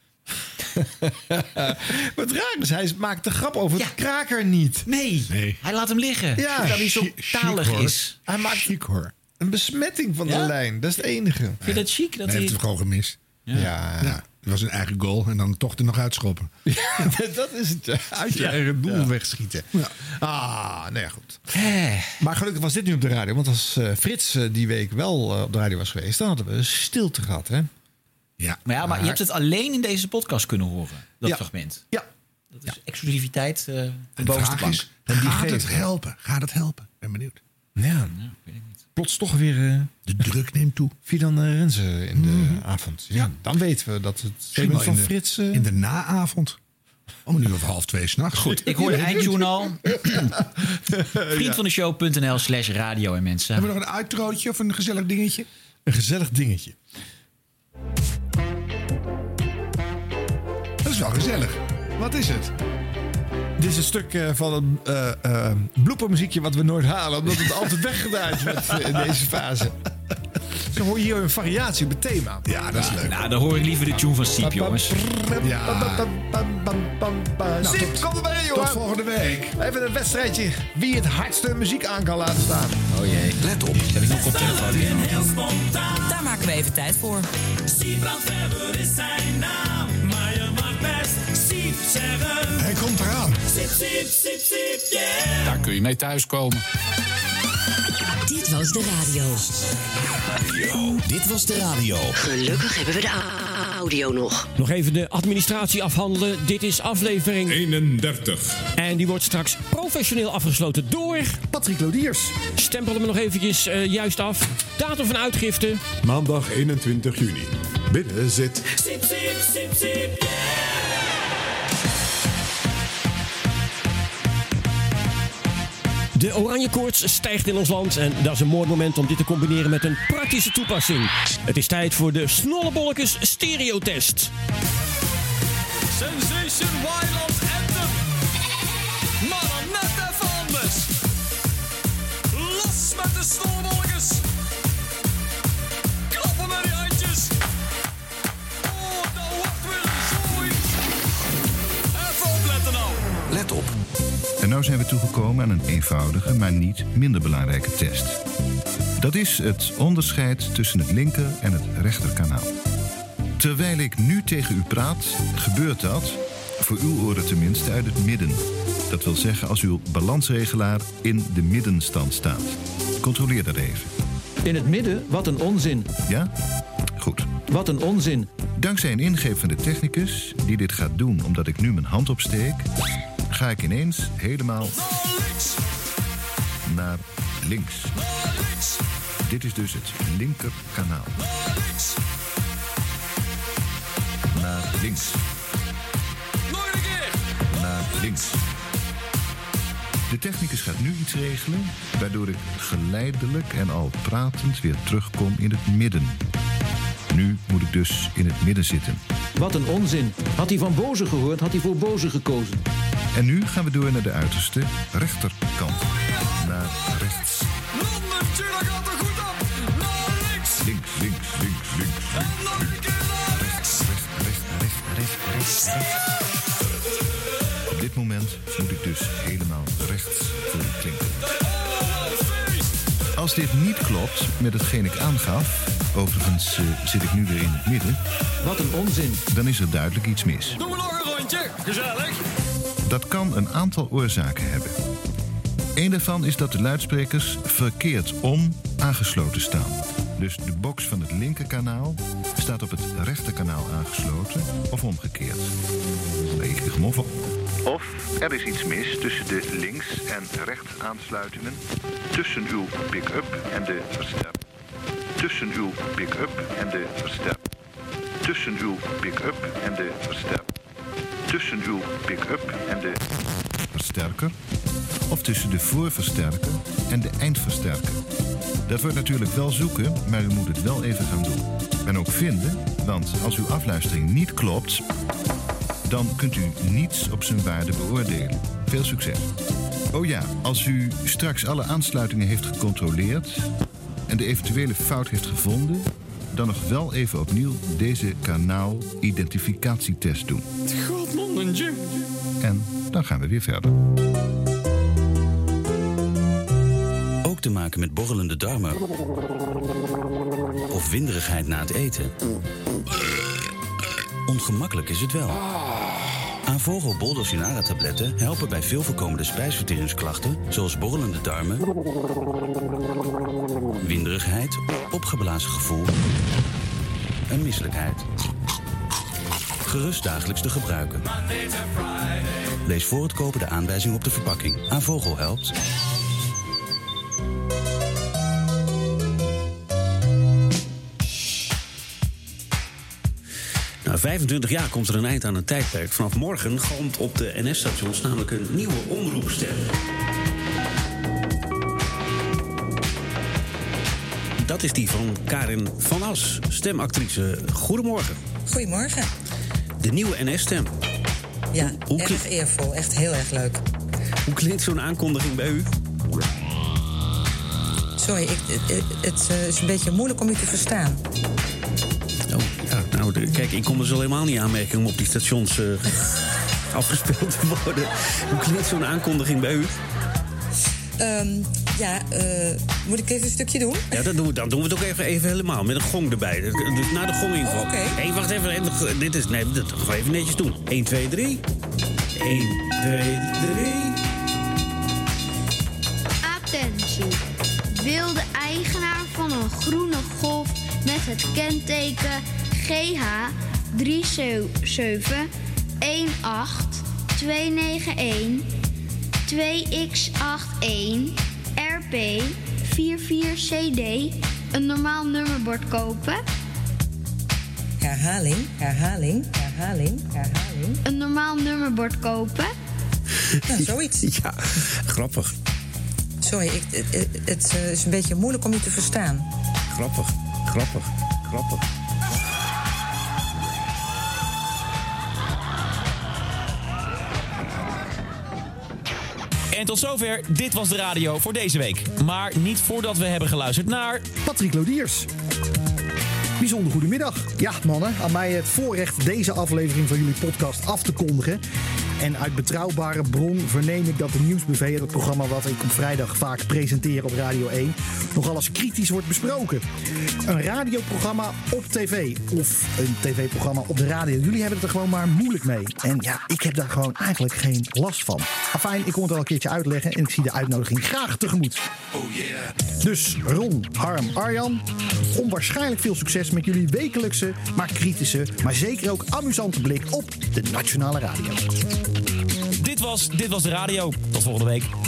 Wat raar is, hij maakt de grap over het kraker niet. Nee, nee, hij laat hem liggen. Ja, terwijl hij zo talig chic, is. Hij maakt chic, hoor. Een besmetting van Ja? de lijn, dat is het enige. Vind je dat chic? Dat hij hij... heeft het gewoon gemist. Ja. Ja. ja. Het was een eigen goal en dan toch er nog uitschoppen. Ja, dat is het. Ja. Uit je Ja. eigen doel Ja. wegschieten. Ja. Ah, nee, goed. Eh. Maar gelukkig was dit nu op de radio. Want als uh, Frits uh, die week wel uh, op de radio was geweest, dan hadden we stilte gehad, hè? Ja. Maar ja, maar je hebt het alleen in deze podcast kunnen horen, dat Ja. fragment. Ja. Dat is exclusiviteit uh, de De bovenste vraag plank. is, gaat het helpen? Gaat het helpen? Ben benieuwd. Ja. Plots toch weer... Uh, de druk neemt toe. Via dan uh, Renze in de mm. avond. Ja, dan weten we dat het segment van in de, Frits... Uh... In de naavond. Om een uur of half twee s'nachts. Goed, ik hoor de eindjournaal. Vriend van de show.nl slash radio en mensen. Hebben we nog een outrootje of een gezellig dingetje? Een gezellig dingetje. Dat is wel gezellig. Wat is het? Dit is een stuk uh, van een uh, uh, bloopermuziekje wat we nooit halen. Omdat het altijd weggedraaid wordt uh, in deze fase. Zo hoor je hier een variatie op het thema. Ja, dat is leuk. Nou, dan hoor ik liever de tune van Siep, jongens. Ja. Nou, Siep, kom er maar in, jongen. Tot volgende week. Even een wedstrijdje wie het hardste muziek aan kan laten staan. Oh jee. Let op. Heb ik nog op telefoon? Daar maken we even tijd voor. Siep Brandweber is zijn naam, maar je mag best Siep zeggen. Hij komt eraan. Siep, Siep, Siep, Siep, yeah. Daar kun je mee thuiskomen. Dit was de radio. radio. Dit was de radio. Gelukkig hebben we de a- audio nog. Nog even de administratie afhandelen. Dit is aflevering eenendertig. En die wordt straks professioneel afgesloten door... Patrick Lodiers. Stempelen we nog eventjes uh, juist af. Datum van uitgifte. Maandag eenentwintig juni. Binnen zit... Siep, Siep, Siep, Siep, yeah. De oranje koorts stijgt in ons land en dat is een mooi moment om dit te combineren met een praktische toepassing. Het is tijd voor de Snollebollekes stereotest. Sensation Wildland Anthem. Maar dan net even anders. Los met de snollebollekes. Klappen met die handjes. Oh, dat wordt weer een zooi. Even opletten nou. Let op. En nu zijn we toegekomen aan een eenvoudige, maar niet minder belangrijke test. Dat is het onderscheid tussen het linker en het rechterkanaal. Terwijl ik nu tegen u praat, gebeurt dat, voor uw oren tenminste, uit het midden. Dat wil zeggen als uw balansregelaar in de middenstand staat. Controleer dat even. In het midden? Wat een onzin. Ja? Goed. Wat een onzin. Dankzij een ingreep van de technicus, die dit gaat doen omdat ik nu mijn hand opsteek, ga ik ineens helemaal naar links. Dit is dus het linkerkanaal. Naar links. Naar links. De technicus gaat nu iets regelen, waardoor ik geleidelijk en al pratend weer terugkom in het midden. Nu moet ik dus in het midden zitten. Wat een onzin. Had hij van Boze gehoord, had hij voor Boze gekozen. En nu gaan we door naar de uiterste rechterkant. Naar rechts. Natuurlijk gaat er goed op. Naar links. Links, links, links, links, links, links. Rechts, rechts, rechts, rechts, rechts, rechts, rechts. Op dit moment moet ik dus helemaal rechts voor u klinken. Als dit niet klopt met hetgeen ik aangaf, overigens uh, zit ik nu weer in het midden. Wat een onzin. Dan is er duidelijk iets mis. Doen we nog een rondje. Gezellig. Dat kan een aantal oorzaken hebben. Eén daarvan is dat de luidsprekers verkeerd om aangesloten staan. Dus de box van het linkerkanaal staat op het rechterkanaal aangesloten of omgekeerd. Leg ik hem op. Of er is iets mis tussen de links- en rechtaansluitingen, tussen uw pick-up en de versterker. Tussen uw pick-up en de versterker. Tussen uw pick-up en de versterker. Tussen uw pick-up en de versterker. Of tussen de voorversterker en de eindversterker. Dat wordt natuurlijk wel zoeken, maar u moet het wel even gaan doen. En ook vinden, want als uw afluistering niet klopt, dan kunt u niets op zijn waarde beoordelen. Veel succes. Oh ja, als u straks alle aansluitingen heeft gecontroleerd en de eventuele fout heeft gevonden, dan nog wel even opnieuw deze kanaal-identificatietest doen. Godmannetje. En dan gaan we weer verder. Ook te maken met borrelende darmen of winderigheid na het eten. Ongemakkelijk is het wel. Avogel Boldosinara tabletten helpen bij veel voorkomende spijsverteringsklachten, zoals borrelende darmen, winderigheid, opgeblazen gevoel en misselijkheid. Gerust dagelijks te gebruiken. Lees voor het kopen de aanwijzing op de verpakking. Avogel helpt. Na vijfentwintig jaar komt er een eind aan een tijdperk. Vanaf morgen galmt op de N S-stations namelijk een nieuwe omroepstem. Dat is die van Karin van As, stemactrice. Goedemorgen. Goedemorgen. De nieuwe N S-stem. Ja, hoe, hoe erg eervol. Echt heel erg leuk. Hoe klinkt zo'n aankondiging bij u? Sorry, ik, het, het is een beetje moeilijk om u te verstaan. Oh, ja, nou, de, kijk, ik kom dus al helemaal niet aanmerken om op die stations uh, afgespeeld te worden. Hoe klinkt zo'n aankondiging bij u? Um, ja, uh, moet ik even een stukje doen? Ja, dan doen we, dan doen we het ook even, even helemaal, met een gong erbij. Dus na de gong inval. Oh, oké. Hé, wacht even, dit is, nee, dat gaan we even netjes doen. één, twee, drie. één, twee, drie. Attentie. Wil de eigenaar van een groene Golf met het kenteken G H drie zeven een acht twee negen een twee x acht een R P vier vier C D een normaal nummerbord kopen? Herhaling, herhaling, herhaling, herhaling. Een normaal nummerbord kopen? Nou, zoiets. Ja, grappig. Sorry, ik, het, het is een beetje moeilijk om u te verstaan. Grappig, grappig, grappig. En tot zover, dit was de radio voor deze week. Maar niet voordat we hebben geluisterd naar... Patrick Lodiers. Bijzonder goedemiddag. Ja, mannen, aan mij het voorrecht deze aflevering van jullie podcast af te kondigen. En uit betrouwbare bron verneem ik dat de Nieuwsbuffet, het programma wat ik op vrijdag vaak presenteer op Radio één, nogal eens kritisch wordt besproken. Een radioprogramma op tv of een tv-programma op de radio. Jullie hebben het er gewoon maar moeilijk mee. En ja, ik heb daar gewoon eigenlijk geen last van. Afijn, ik kon het al een keertje uitleggen en ik zie de uitnodiging graag tegemoet. Oh yeah. Dus Ron, Harm, Arjan, onwaarschijnlijk veel succes met jullie wekelijkse, maar kritische, maar zeker ook amusante blik op de Nationale Radio. Dit was, dit was de radio. Tot volgende week.